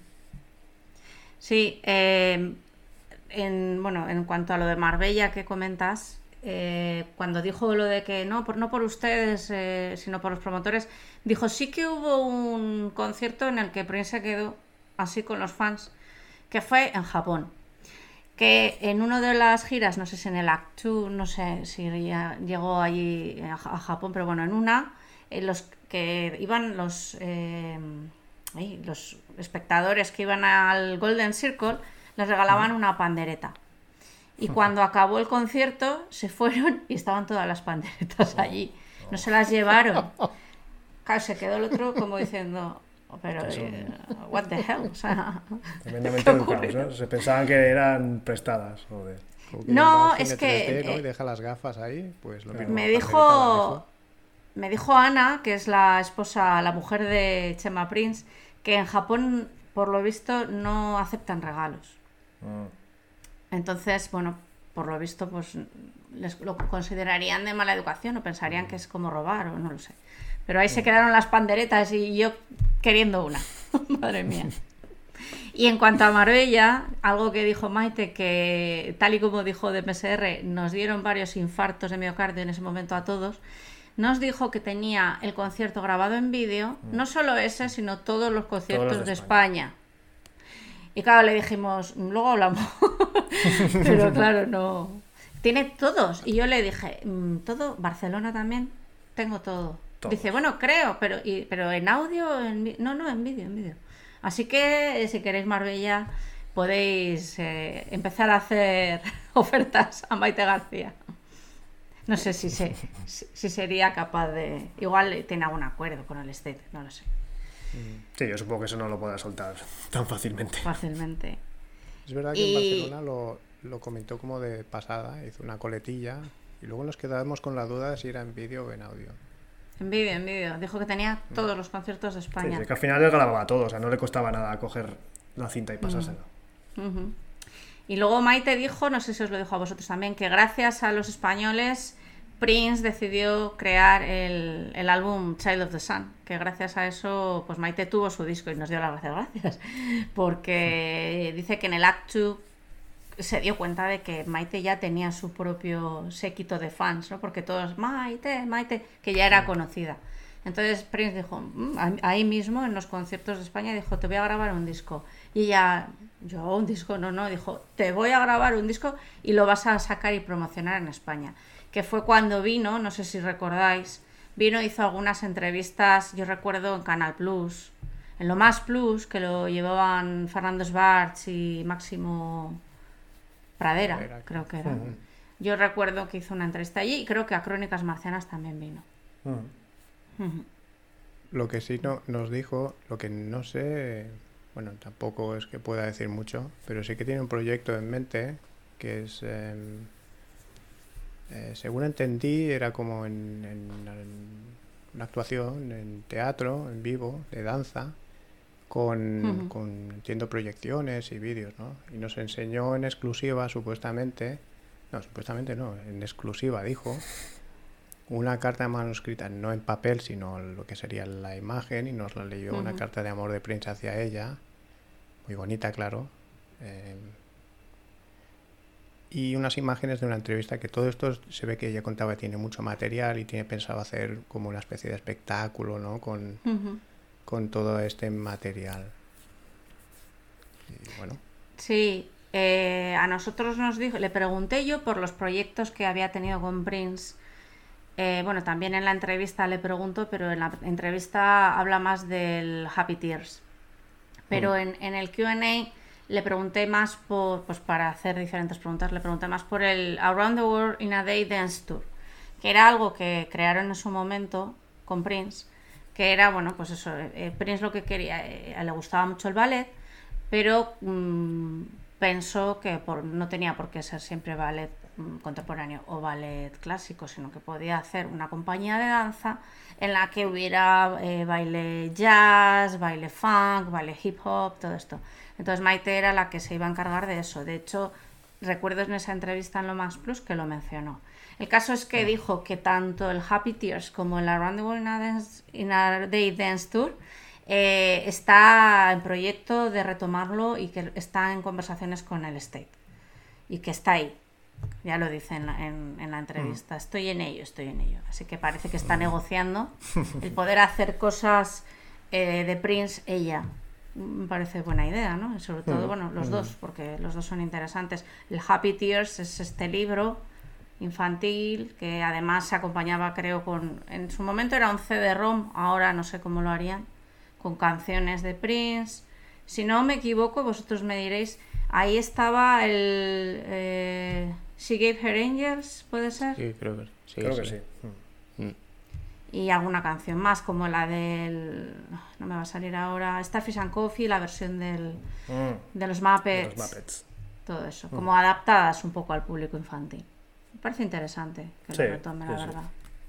Sí, en cuanto a lo de Marbella que comentas, cuando dijo lo de que no por ustedes, sino por los promotores, dijo sí que hubo un concierto en el que Prince se quedó así con los fans, que fue en Japón. Que en una de las giras, no sé si en el Act 2, no sé si ya llegó allí a Japón, pero bueno, en una, los que iban los espectadores que iban al Golden Circle les regalaban una pandereta. Y cuando acabó el concierto se fueron y estaban todas las panderetas allí. No se las llevaron. Claro, se quedó el otro como diciendo, pero what the hell, o sea, Tremendamente ¿qué educados, ocurre? ¿no? Se pensaban que eran prestadas. Joder. Como No, va al es cine que, 3D, ¿no? Y deja las gafas ahí, pues lo mismo. me la pandereta la dijo dejó. Me dijo Ana, que es la mujer de Chema Prince, que en Japón, por lo visto, no aceptan regalos. Entonces, bueno, por lo visto, pues lo considerarían de mala educación o pensarían que es como robar o no lo sé. Pero ahí se quedaron las panderetas y yo queriendo una. Madre mía. Y en cuanto a Marbella, algo que dijo Maite, que tal y como dijo de MSR, nos dieron varios infartos de miocardio en ese momento a todos. nos dijo que tenía el concierto grabado en vídeo, no solo ese, sino todos los conciertos los de España. Y claro, le dijimos, luego hablamos. Pero claro, no. Tiene todos. Y yo le dije, ¿todo? ¿Barcelona también? Tengo todo. Todos. Dice, bueno, creo, pero en audio, no, en vídeo. Así que si queréis Marbella, podéis empezar a hacer ofertas a Maite García. No sé si sería capaz de... Igual tiene algún acuerdo con el State, no lo sé. Sí, yo supongo que eso no lo podrá soltar tan fácilmente. Fácilmente. Es verdad que en Barcelona lo comentó como de pasada, hizo una coletilla y luego nos quedamos con la duda de si era en vídeo o en audio. En vídeo. Dijo que tenía todos los conciertos de España. Sí, que al final él grababa todo, o sea, no le costaba nada coger la cinta y pasársela. Uh-huh. Y luego Maite dijo, no sé si os lo dijo a vosotros también, que gracias a los españoles Prince decidió crear el álbum Child of the Sun, que gracias a eso pues Maite tuvo su disco y nos dio las gracias, porque dice que en el Act 2 se dio cuenta de que Maite ya tenía su propio séquito de fans, ¿no? Porque todos, Maite, que ya era conocida. Entonces Prince dijo, ahí mismo en los conciertos de España, dijo, te voy a grabar un disco. Y ella, yo un disco, no, dijo, te voy a grabar un disco y lo vas a sacar y promocionar en España. Que fue cuando vino, no sé si recordáis, hizo algunas entrevistas, yo recuerdo en Canal Plus, en Lo Más Plus, que lo llevaban Fernando Schwartz y Máximo Pradera, creo que era. Uh-huh. Yo recuerdo que hizo una entrevista allí y creo que a Crónicas Marcianas también vino. Uh-huh. Lo que sí nos dijo, lo que no sé, bueno, tampoco es que pueda decir mucho, pero sí que tiene un proyecto en mente que es, según entendí, era como en una actuación en teatro, en vivo, de danza, con entiendo, proyecciones y vídeos, ¿no? Y nos enseñó en exclusiva, en exclusiva dijo, una carta manuscrita, no en papel, sino lo que sería la imagen, y nos la leyó una carta de amor de Prince hacia ella, muy bonita, claro, y unas imágenes de una entrevista, que todo esto se ve que ella contaba que tiene mucho material y tiene pensado hacer como una especie de espectáculo, ¿no? Con todo este material. Y bueno. Sí, a nosotros nos dijo, le pregunté yo por los proyectos que había tenido con Prince. Bueno, también en la entrevista le pregunto, pero en la entrevista habla más del Happy Tears. Pero en el Q&A le pregunté más pues para hacer diferentes preguntas, le pregunté más por el Around the World in a Day Dance Tour, que era algo que crearon en su momento con Prince, que era, bueno, pues eso, Prince lo que quería, le gustaba mucho el ballet, pero pensó que no tenía por qué ser siempre ballet contemporáneo o ballet clásico, sino que podía hacer una compañía de danza en la que hubiera baile jazz, baile funk, baile hip hop, todo esto. Entonces Maite era la que se iba a encargar de eso. De hecho, recuerdo en esa entrevista en Lo Más Plus que lo mencionó. El caso es que dijo que tanto el Happy Tears como el Around the World in a Day Dance Tour está en proyecto de retomarlo y que está en conversaciones con el State. Y que está ahí. Ya lo dice en la entrevista. Estoy en ello. Así que parece que está negociando el poder hacer cosas de Prince ella. Me parece buena idea, ¿no? Y sobre todo, bueno, los dos, porque los dos son interesantes. El Happy Tears es este libro infantil que además se acompañaba, creo, en su momento era un CD-ROM, ahora no sé cómo lo harían, con canciones de Prince. Si no me equivoco, vosotros me diréis, ahí estaba el She Gave Her Angels, ¿puede ser? Sí, creo que sí. Y alguna canción más, como la del... No me va a salir ahora. Starfish and Coffee, la versión de los Muppets. Todo eso. Como adaptadas un poco al público infantil. Me parece interesante que lo retome, la verdad.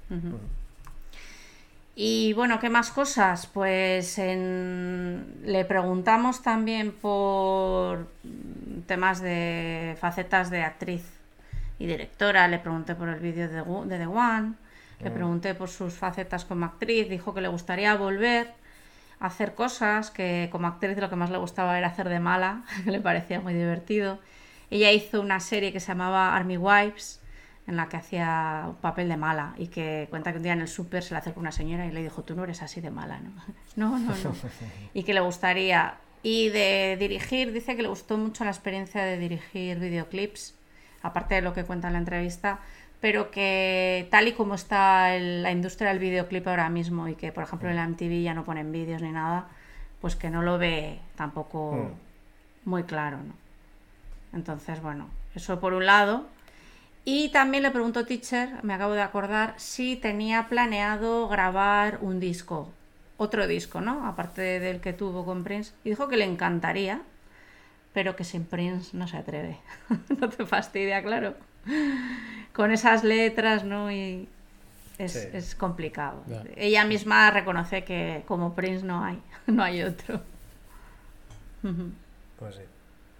Y bueno, ¿qué más cosas? Pues le preguntamos también por temas de facetas de actriz y directora. Le pregunté por el vídeo de The One. Le pregunté por sus facetas como actriz, dijo que le gustaría volver a hacer cosas, que como actriz lo que más le gustaba era hacer de mala, que le parecía muy divertido. Ella hizo una serie que se llamaba Army Wives, en la que hacía un papel de mala y que cuenta que un día en el súper se le acercó una señora y le dijo, tú no eres así de mala, ¿no? No. Y que le gustaría. Y de dirigir, dice que le gustó mucho la experiencia de dirigir videoclips, aparte de lo que cuenta en la entrevista, pero que tal y como está la industria del videoclip ahora mismo y que, por ejemplo, en la MTV ya no ponen vídeos ni nada, pues que no lo ve tampoco muy claro, ¿no? Entonces, bueno, eso por un lado. Y también le preguntó Teacher, me acabo de acordar, si tenía planeado grabar un disco, otro disco, ¿no? Aparte del que tuvo con Prince. Y dijo que le encantaría, pero que sin Prince no se atreve. No te fastidia, claro. Con esas letras, ¿no? Y es complicado. Ya. Ella misma reconoce que como Prince no hay otro. Pues sí.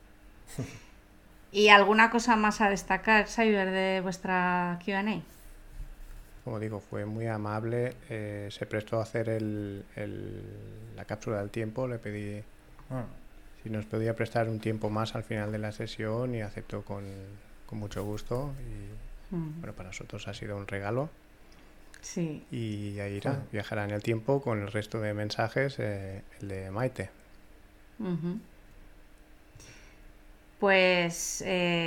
¿Y alguna cosa más a destacar, Cyber, de vuestra Q&A? Como digo, fue muy amable, se prestó a hacer la cápsula del tiempo, le pedí si nos podía prestar un tiempo más al final de la sesión y aceptó con mucho gusto y bueno, para nosotros ha sido un regalo. Sí. Y ahí irá, viajará en el tiempo con el resto de mensajes, el de Maite. Pues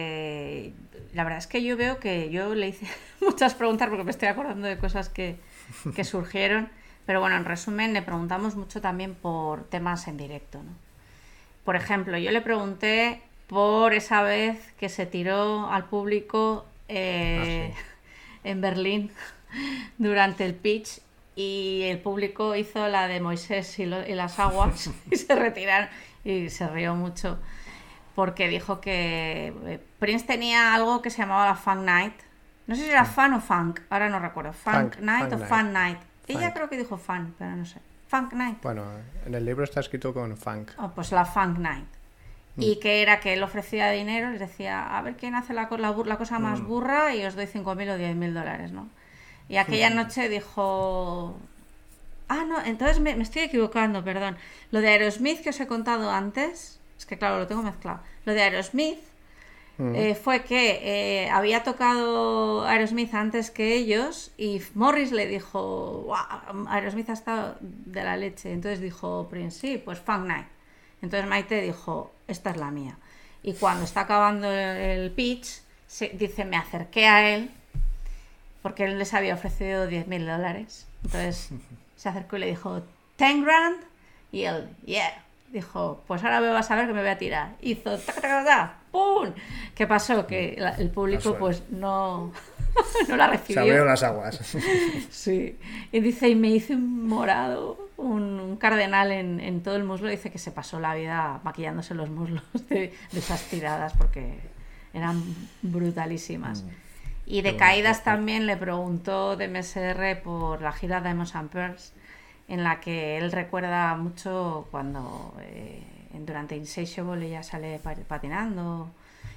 la verdad es que yo veo que yo le hice muchas preguntas porque me estoy acordando de cosas que surgieron, pero bueno, en resumen le preguntamos mucho también por temas en directo, ¿no? Por ejemplo, yo le pregunté por esa vez que se tiró al público en Berlín durante el pitch y el público hizo la de Moisés y las aguas y se retiraron y se rió mucho. Porque dijo que Prince tenía algo que se llamaba la Funk Night. No sé si era Fun o Funk, ahora no recuerdo. Funk Night o Fun Night. Ella creo que dijo Fun, pero no sé. Funk Night. Bueno, en el libro está escrito con Funk. Pues la Funk Night. Y que era que él ofrecía dinero, les decía, a ver quién hace la cosa más burra y os doy 5.000 o 10.000 $, ¿no? Y aquella noche dijo... Ah, no, entonces me estoy equivocando, perdón. Lo de Aerosmith que os he contado antes... Es que claro, lo tengo mezclado. Lo de Aerosmith fue que había tocado Aerosmith antes que ellos y Morris le dijo, wow, Aerosmith ha estado de la leche. Entonces dijo Prince, sí, pues Funk Night. Entonces Maite dijo, esta es la mía. Y cuando está acabando el pitch, dice, me acerqué a él porque él les había ofrecido 10.000 $. Entonces se acercó y le dijo, 10 grand. Y él, yeah. Dijo, pues ahora me vas a ver que me voy a tirar. Hizo tac, tac, tac, ¡pum! ¿Qué pasó? Que el público pues no la recibió. Se abrieron las aguas. Sí. Y dice, y me hice un morado, un cardenal en todo el muslo. Dice que se pasó la vida maquillándose los muslos de esas tiradas porque eran brutalísimas. Y de caídas también le preguntó de MSR por la gira de Diamonds and Pearls, en la que él recuerda mucho cuando durante Insatiable ella sale patinando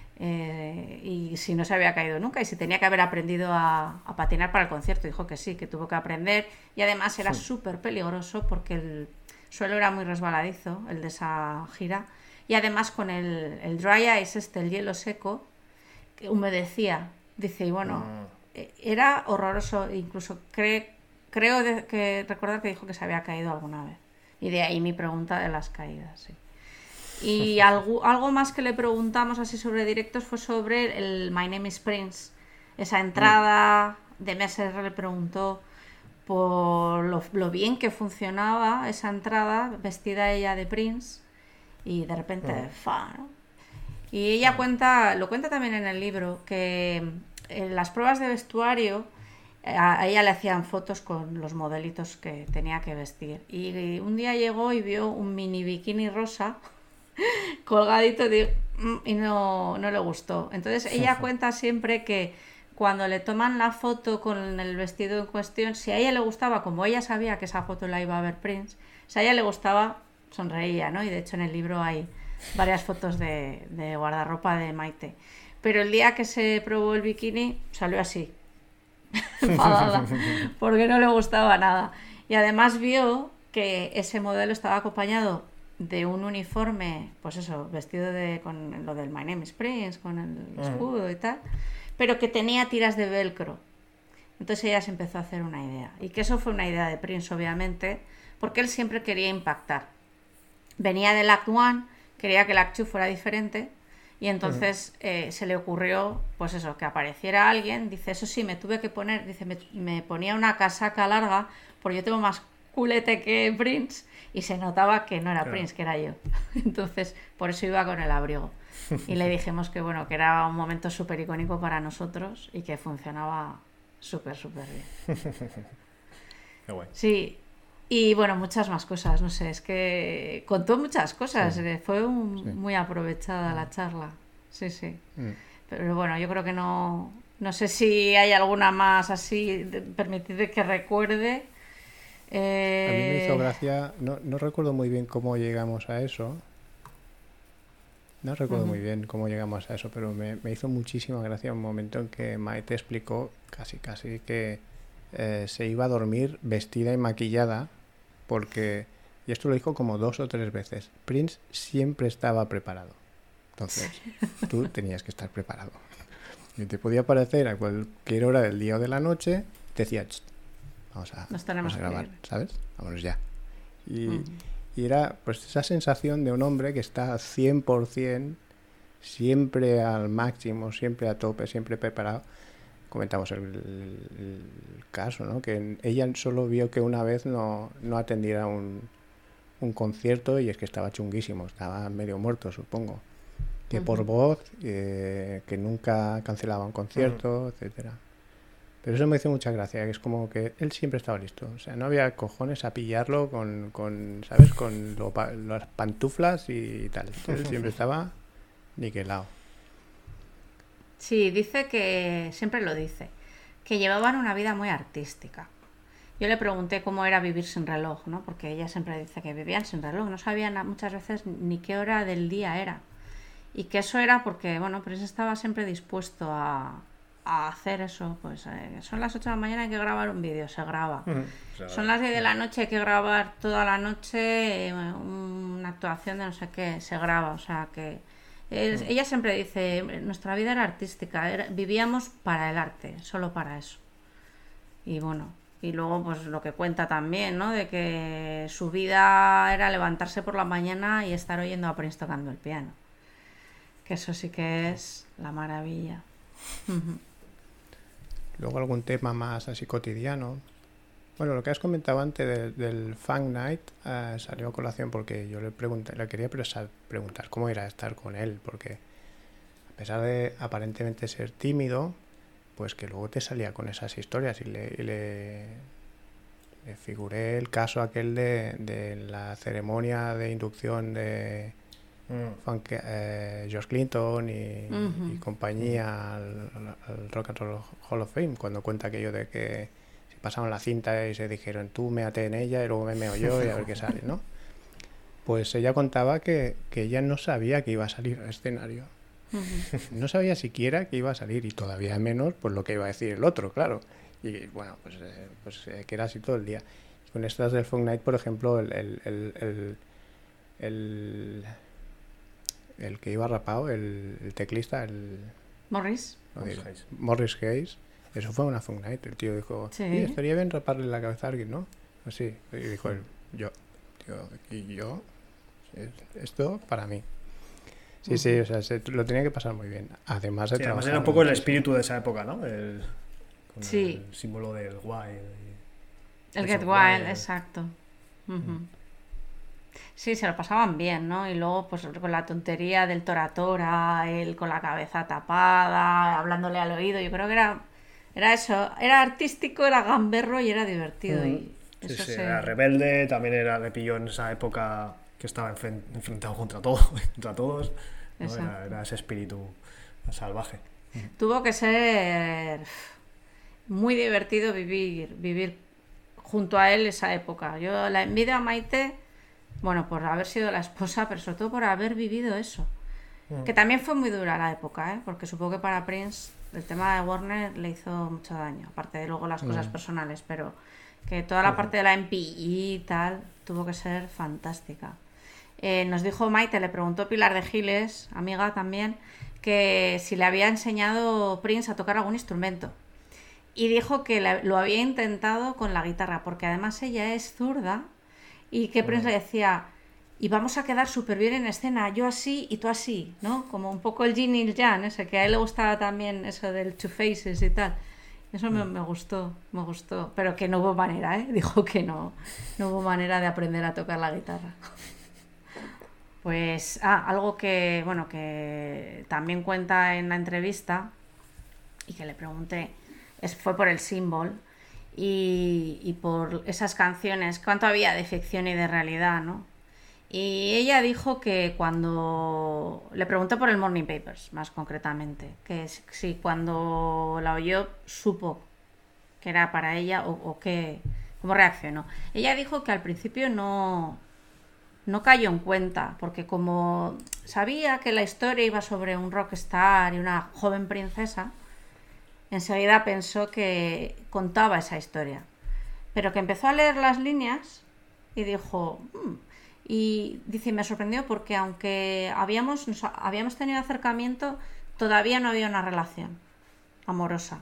y si no se había caído nunca y si tenía que haber aprendido a patinar para el concierto. Dijo que sí, que tuvo que aprender y además era súper peligroso porque el suelo era muy resbaladizo, el de esa gira, y además con el dry ice, el hielo seco, que humedecía. Dice, y bueno, era horroroso, incluso creo que recordar que dijo que se había caído alguna vez. Y de ahí mi pregunta de las caídas, sí. Y algo más que le preguntamos así sobre directos fue sobre el My Name is Prince. Esa entrada de MSR le preguntó por lo bien que funcionaba esa entrada, vestida ella de Prince, y de repente, ¿no? Y ella lo cuenta también en el libro, que en las pruebas de vestuario a ella le hacían fotos con los modelitos que tenía que vestir. Y un día llegó y vio un mini bikini rosa colgadito y no le gustó. Entonces ella cuenta siempre que cuando le toman la foto con el vestido en cuestión, si a ella le gustaba, como ella sabía que esa foto la iba a ver Prince, si a ella le gustaba, sonreía, ¿no? Y de hecho en el libro hay varias fotos de guardarropa de Maite. Pero el día que se probó el bikini salió así, enfadada, porque no le gustaba nada. Y además vio que ese modelo estaba acompañado de un uniforme, pues eso, vestido con lo del My Name is Prince, con el escudo y tal, pero que tenía tiras de velcro. Entonces ella se empezó a hacer una idea. Y que eso fue una idea de Prince, obviamente, porque él siempre quería impactar. Venía del Act One, quería que el Act 2 fuera diferente, y entonces se le ocurrió, pues eso, que apareciera alguien. Dice, eso sí, me tuve que poner, dice, me ponía una casaca larga, porque yo tengo más culete que Prince, y se notaba que no era Prince, que era yo. Entonces, por eso iba con el abrigo. Y le dijimos que bueno, que era un momento súper icónico para nosotros y que funcionaba súper bien. Qué guay. Sí, y bueno, muchas más cosas, no sé, es que contó muchas cosas, fue muy aprovechada la charla, sí. Pero bueno, yo creo que no sé si hay alguna más así, permitidme que recuerde. A mí me hizo gracia, no recuerdo muy bien cómo llegamos a eso. No recuerdo muy bien cómo llegamos a eso, pero me hizo muchísima gracia un momento en que Maite explicó casi que se iba a dormir vestida y maquillada porque, y esto lo dijo como 2 o 3 veces, Prince siempre estaba preparado. Entonces, tú tenías que estar preparado. Y te podía aparecer a cualquier hora del día o de la noche, te decía, vamos a grabar, ¿sabes? Vámonos ya. Y era pues esa sensación de un hombre que está 100%, siempre al máximo, siempre a tope, siempre preparado. Comentamos el caso, ¿no? Que ella solo vio que una vez no atendiera un concierto y es que estaba chunguísimo, estaba medio muerto, supongo. Que por voz, que nunca cancelaba un concierto, etcétera. Pero eso me hizo mucha gracia, que es como que él siempre estaba listo. O sea, no había cojones a pillarlo con ¿sabes? Con las pantuflas y tal. Él siempre estaba niquelado. Sí, dice que, siempre lo dice, que llevaban una vida muy artística. Yo le pregunté cómo era vivir sin reloj, ¿no? Porque ella siempre dice que vivían sin reloj, no sabían muchas veces ni qué hora del día era. Y que eso era porque, bueno, Prince estaba siempre dispuesto a hacer eso, pues son las 8 de la mañana, hay que grabar un vídeo, se graba. Son las 10 de la noche, hay que grabar toda la noche una actuación de no sé qué, se graba, o sea que ella siempre dice, nuestra vida era artística, vivíamos para el arte, solo para eso. Y bueno, y luego pues lo que cuenta también, ¿no? De que su vida era levantarse por la mañana y estar oyendo a Prince tocando el piano, que eso sí que es la maravilla. Luego algún tema más así cotidiano. Bueno, lo que has comentado antes del Funk Night salió a colación porque yo le quería preguntar cómo era estar con él, porque a pesar de aparentemente ser tímido, pues que luego te salía con esas historias y le figuré el caso aquel de la ceremonia de inducción de George Clinton y compañía al Rock and Roll Hall of Fame, cuando cuenta aquello de que se pasaron la cinta y se dijeron tú méate en ella y luego me meo yo y a ver qué sale, ¿no? Pues ella contaba que ella no sabía que iba a salir al escenario. No sabía siquiera que iba a salir y todavía menos pues lo que iba a decir el otro, claro. Y bueno, pues que era así todo el día. Con estas del Funk Night, por ejemplo, el que iba rapado, el teclista, Morris Hayes, eso fue una Funk Night. El tío dijo, sí, estaría bien raparle la cabeza a alguien, ¿no? Así, y dijo él, yo, esto para mí. Sí, o sea, lo tenía que pasar muy bien. Además era un poco el espíritu de esa época, ¿no? El símbolo del wild. El Get Wild, exacto. Sí, se lo pasaban bien, ¿no? Y luego, pues con la tontería del Tora Tora, él con la cabeza tapada, hablándole al oído. Yo creo que era eso. Era artístico, era gamberro y era divertido. Y eso era rebelde, también le pilló en esa época que estaba enfrentado contra todos. ¿No? Era ese espíritu salvaje. Tuvo que ser muy divertido vivir junto a él esa época. Yo la envidio a Maite, bueno, por haber sido la esposa, pero sobre todo por haber vivido eso. Que también fue muy dura la época, porque supongo que para Prince el tema de Warner le hizo mucho daño, aparte de luego las cosas personales, pero que toda la parte de la MPI y tal tuvo que ser fantástica. nos dijo Maite, le preguntó Pilar de Giles, amiga también, que si le había enseñado Prince a tocar algún instrumento. Y dijo que lo había intentado con la guitarra, porque además ella es zurda y que Prince le decía, y vamos a quedar súper bien en escena, yo así y tú así, ¿no? Como un poco el yin y el yang, ese, que a él le gustaba también eso del two faces y tal. Eso me gustó, pero que no hubo manera, ¿eh? Dijo que no hubo manera de aprender a tocar la guitarra. Pues, algo que, bueno, que también cuenta en la entrevista y que le pregunté, fue por el Symbol y por esas canciones, cuánto había de ficción y de realidad, ¿no? Y ella dijo que cuando... Le pregunté por el Morning Papers, más concretamente, que si cuando la oyó supo que era para ella o que... ¿Cómo reaccionó? Ella dijo que al principio no cayó en cuenta, porque como sabía que la historia iba sobre un rockstar y una joven princesa, enseguida pensó que contaba esa historia. Pero que empezó a leer las líneas y dijo... Y dice, me sorprendió porque aunque habíamos tenido acercamiento, todavía no había una relación amorosa.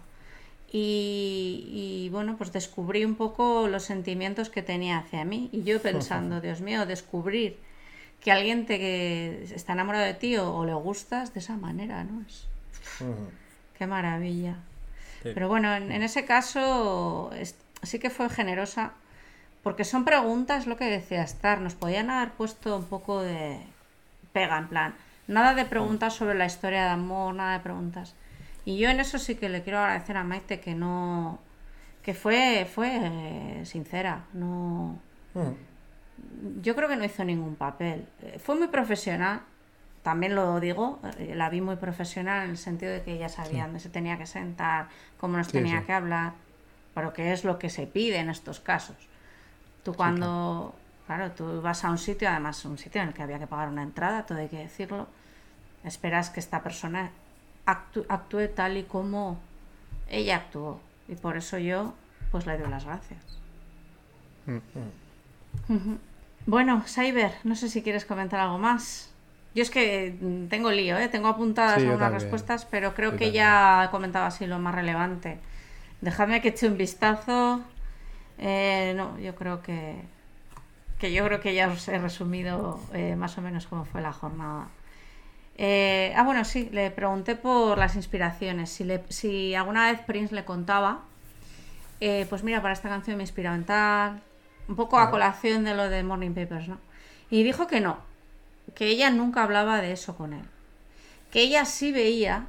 Y bueno, pues descubrí un poco los sentimientos que tenía hacia mí. Y yo pensando, Dios mío, descubrir que alguien que está enamorado de ti o le gustas de esa manera, ¿no? Qué maravilla. Sí. Pero bueno, en ese caso sí que fue generosa. Porque son preguntas, lo que decía Estar, nos podían haber puesto un poco de pega, en plan, nada de preguntas sobre la historia de amor, nada de preguntas. Y yo en eso sí que le quiero agradecer a Maite que fue sincera, no... Yo creo que no hizo ningún papel. Fue muy profesional, también lo digo, la vi muy profesional en el sentido de que ella sabía dónde se tenía que sentar, cómo nos tenía que hablar, pero que es lo que se pide en estos casos. Tú cuando, claro, tú vas a un sitio, además un sitio en el que había que pagar una entrada, todo hay que decirlo, esperas que esta persona actúe tal y como ella actuó. Y por eso yo, pues le doy las gracias. Bueno, Cyber, no sé si quieres comentar algo más. Yo es que tengo lío, tengo apuntadas algunas respuestas, pero creo que ya he comentado así lo más relevante. Dejadme que eche un vistazo... no, yo creo que ya os he resumido más o menos cómo fue la jornada. Bueno, sí, le pregunté por las inspiraciones, si alguna vez Prince le contaba, pues mira, para esta canción me he inspirado en tal, un poco a colación de lo de Morning Papers, ¿no? Y dijo que no, que ella nunca hablaba de eso con él, que ella sí veía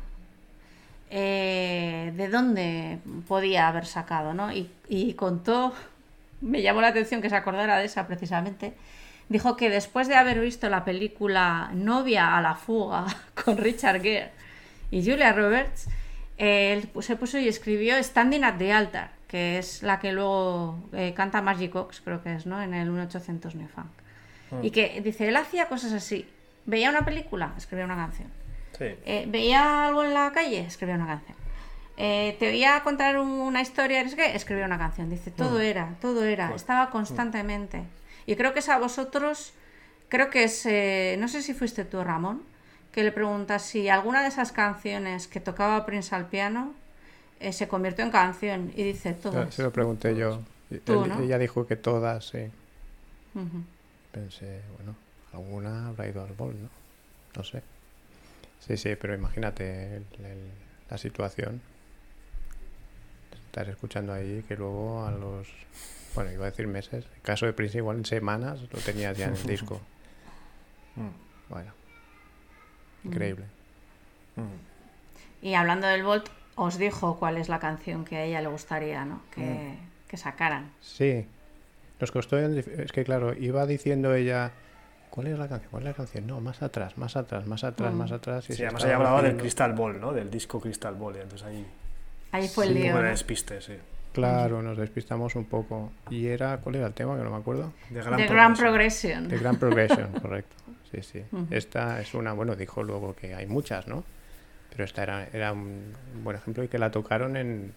de dónde podía haber sacado, ¿no? Y contó, me llamó la atención que se acordara de esa precisamente, dijo que después de haber visto la película Novia a la fuga con Richard Gere y Julia Roberts, él se puso y escribió Standing at the Altar, que es la que luego canta Margie Cox, creo que es, ¿no? En el 1800 New Funk. Y que dice, él hacía cosas así, veía una película, escribía una canción. Sí. Veía algo en la calle, escribía una canción. Te oía contar una historia, escribía una canción. Dice, todo era, estaba constantemente. Y creo que es a vosotros, creo que es, no sé si fuiste tú, Ramón, que le preguntas si alguna de esas canciones que tocaba Prince al piano se convirtió en canción. Y dice, todas. Se lo pregunté yo. ¿Tú, no? Ella dijo que todas, sí. Pensé, bueno, alguna habrá ido al bol, ¿no? No sé. Sí, pero imagínate la situación. Estar escuchando ahí que luego a los... Bueno, iba a decir meses. En caso de Prince, igual en semanas lo tenías ya en el disco. Bueno. Increíble. Y hablando del Volt, os dijo cuál es la canción que a ella le gustaría, ¿no? Que sacaran. Sí. Nos costó... Es que claro, iba diciendo ella... ¿Cuál es la canción? No, más atrás. más atrás. Y sí, además ella hablaba del Crystal Ball, ¿no? Del disco Crystal Ball. Entonces ahí fue el lío. Un poco de ¿no? despiste, sí. Claro, nos despistamos un poco. ¿Y ¿cuál era el tema? Que no me acuerdo. The Grand Progression. The Grand Progression, correcto. Sí. Esta es una... Bueno, dijo luego que hay muchas, ¿no? Pero esta era un buen ejemplo y que la tocaron en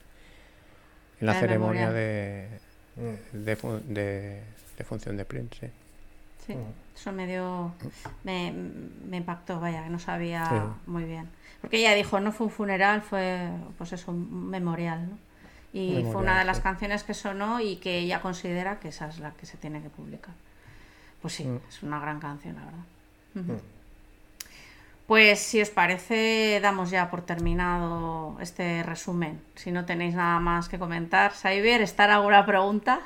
la ceremonia de función de Prince, sí. sí. Eso me impactó, vaya, que no sabía muy bien. Porque ella dijo, no fue un funeral, fue pues eso, un memorial, ¿no? Y fue una de las canciones que sonó y que ella considera que esa es la que se tiene que publicar. Pues sí, es una gran canción, la verdad. Pues si os parece, damos ya por terminado este resumen. Si no tenéis nada más que comentar. Saiber, ¿está alguna pregunta?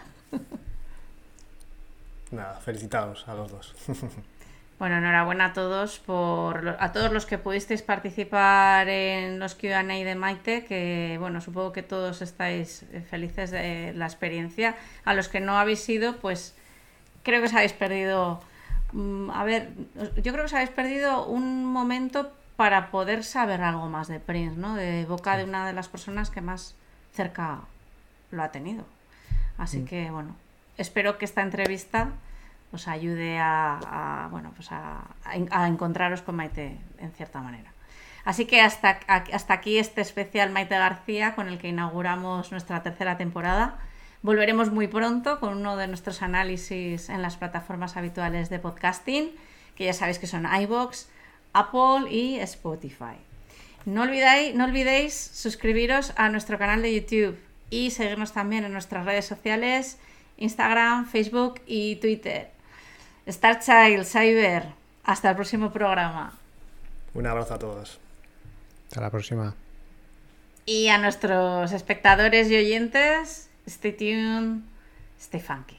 Nada, felicitados a los dos. Bueno, enhorabuena a todos a todos los que pudisteis participar en los Q&A de Maite, que bueno, supongo que todos estáis felices de la experiencia. A los que no habéis ido, pues creo que os habéis perdido, yo creo que os habéis perdido un momento para poder saber algo más de Prince, ¿no? De boca de una de las personas que más cerca lo ha tenido. Así que bueno, espero que esta entrevista os ayude a encontraros con Maite en cierta manera. Así que hasta aquí este especial Maite García con el que inauguramos nuestra tercera temporada. Volveremos muy pronto con uno de nuestros análisis en las plataformas habituales de podcasting, que ya sabéis que son iVoox, Apple y Spotify. No olvidéis suscribiros a nuestro canal de YouTube y seguirnos también en nuestras redes sociales, Instagram, Facebook y Twitter. Starchild, Saiber, hasta el próximo programa. Un abrazo a todos. Hasta la próxima. Y a nuestros espectadores y oyentes, stay tuned, stay funky.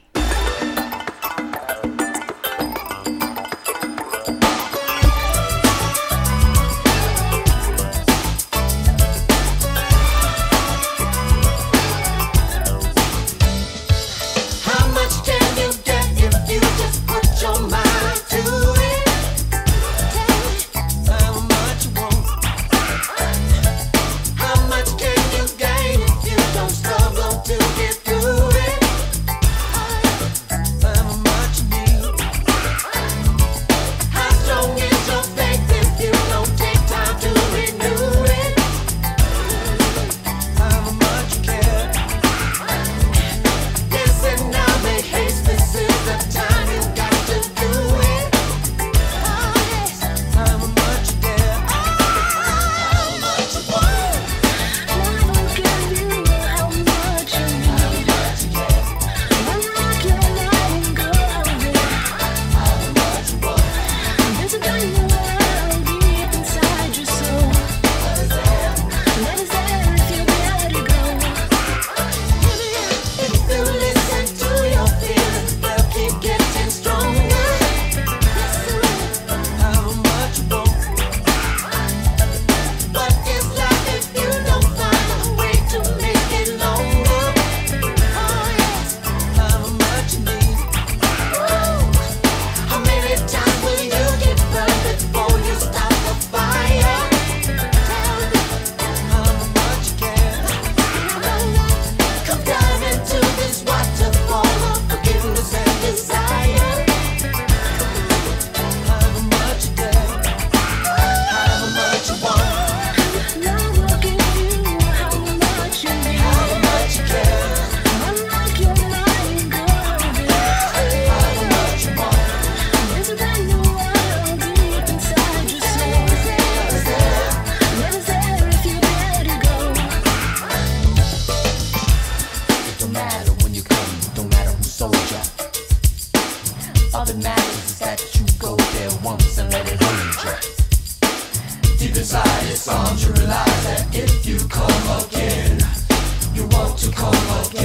It's on to realize that if you come again, you want to come again.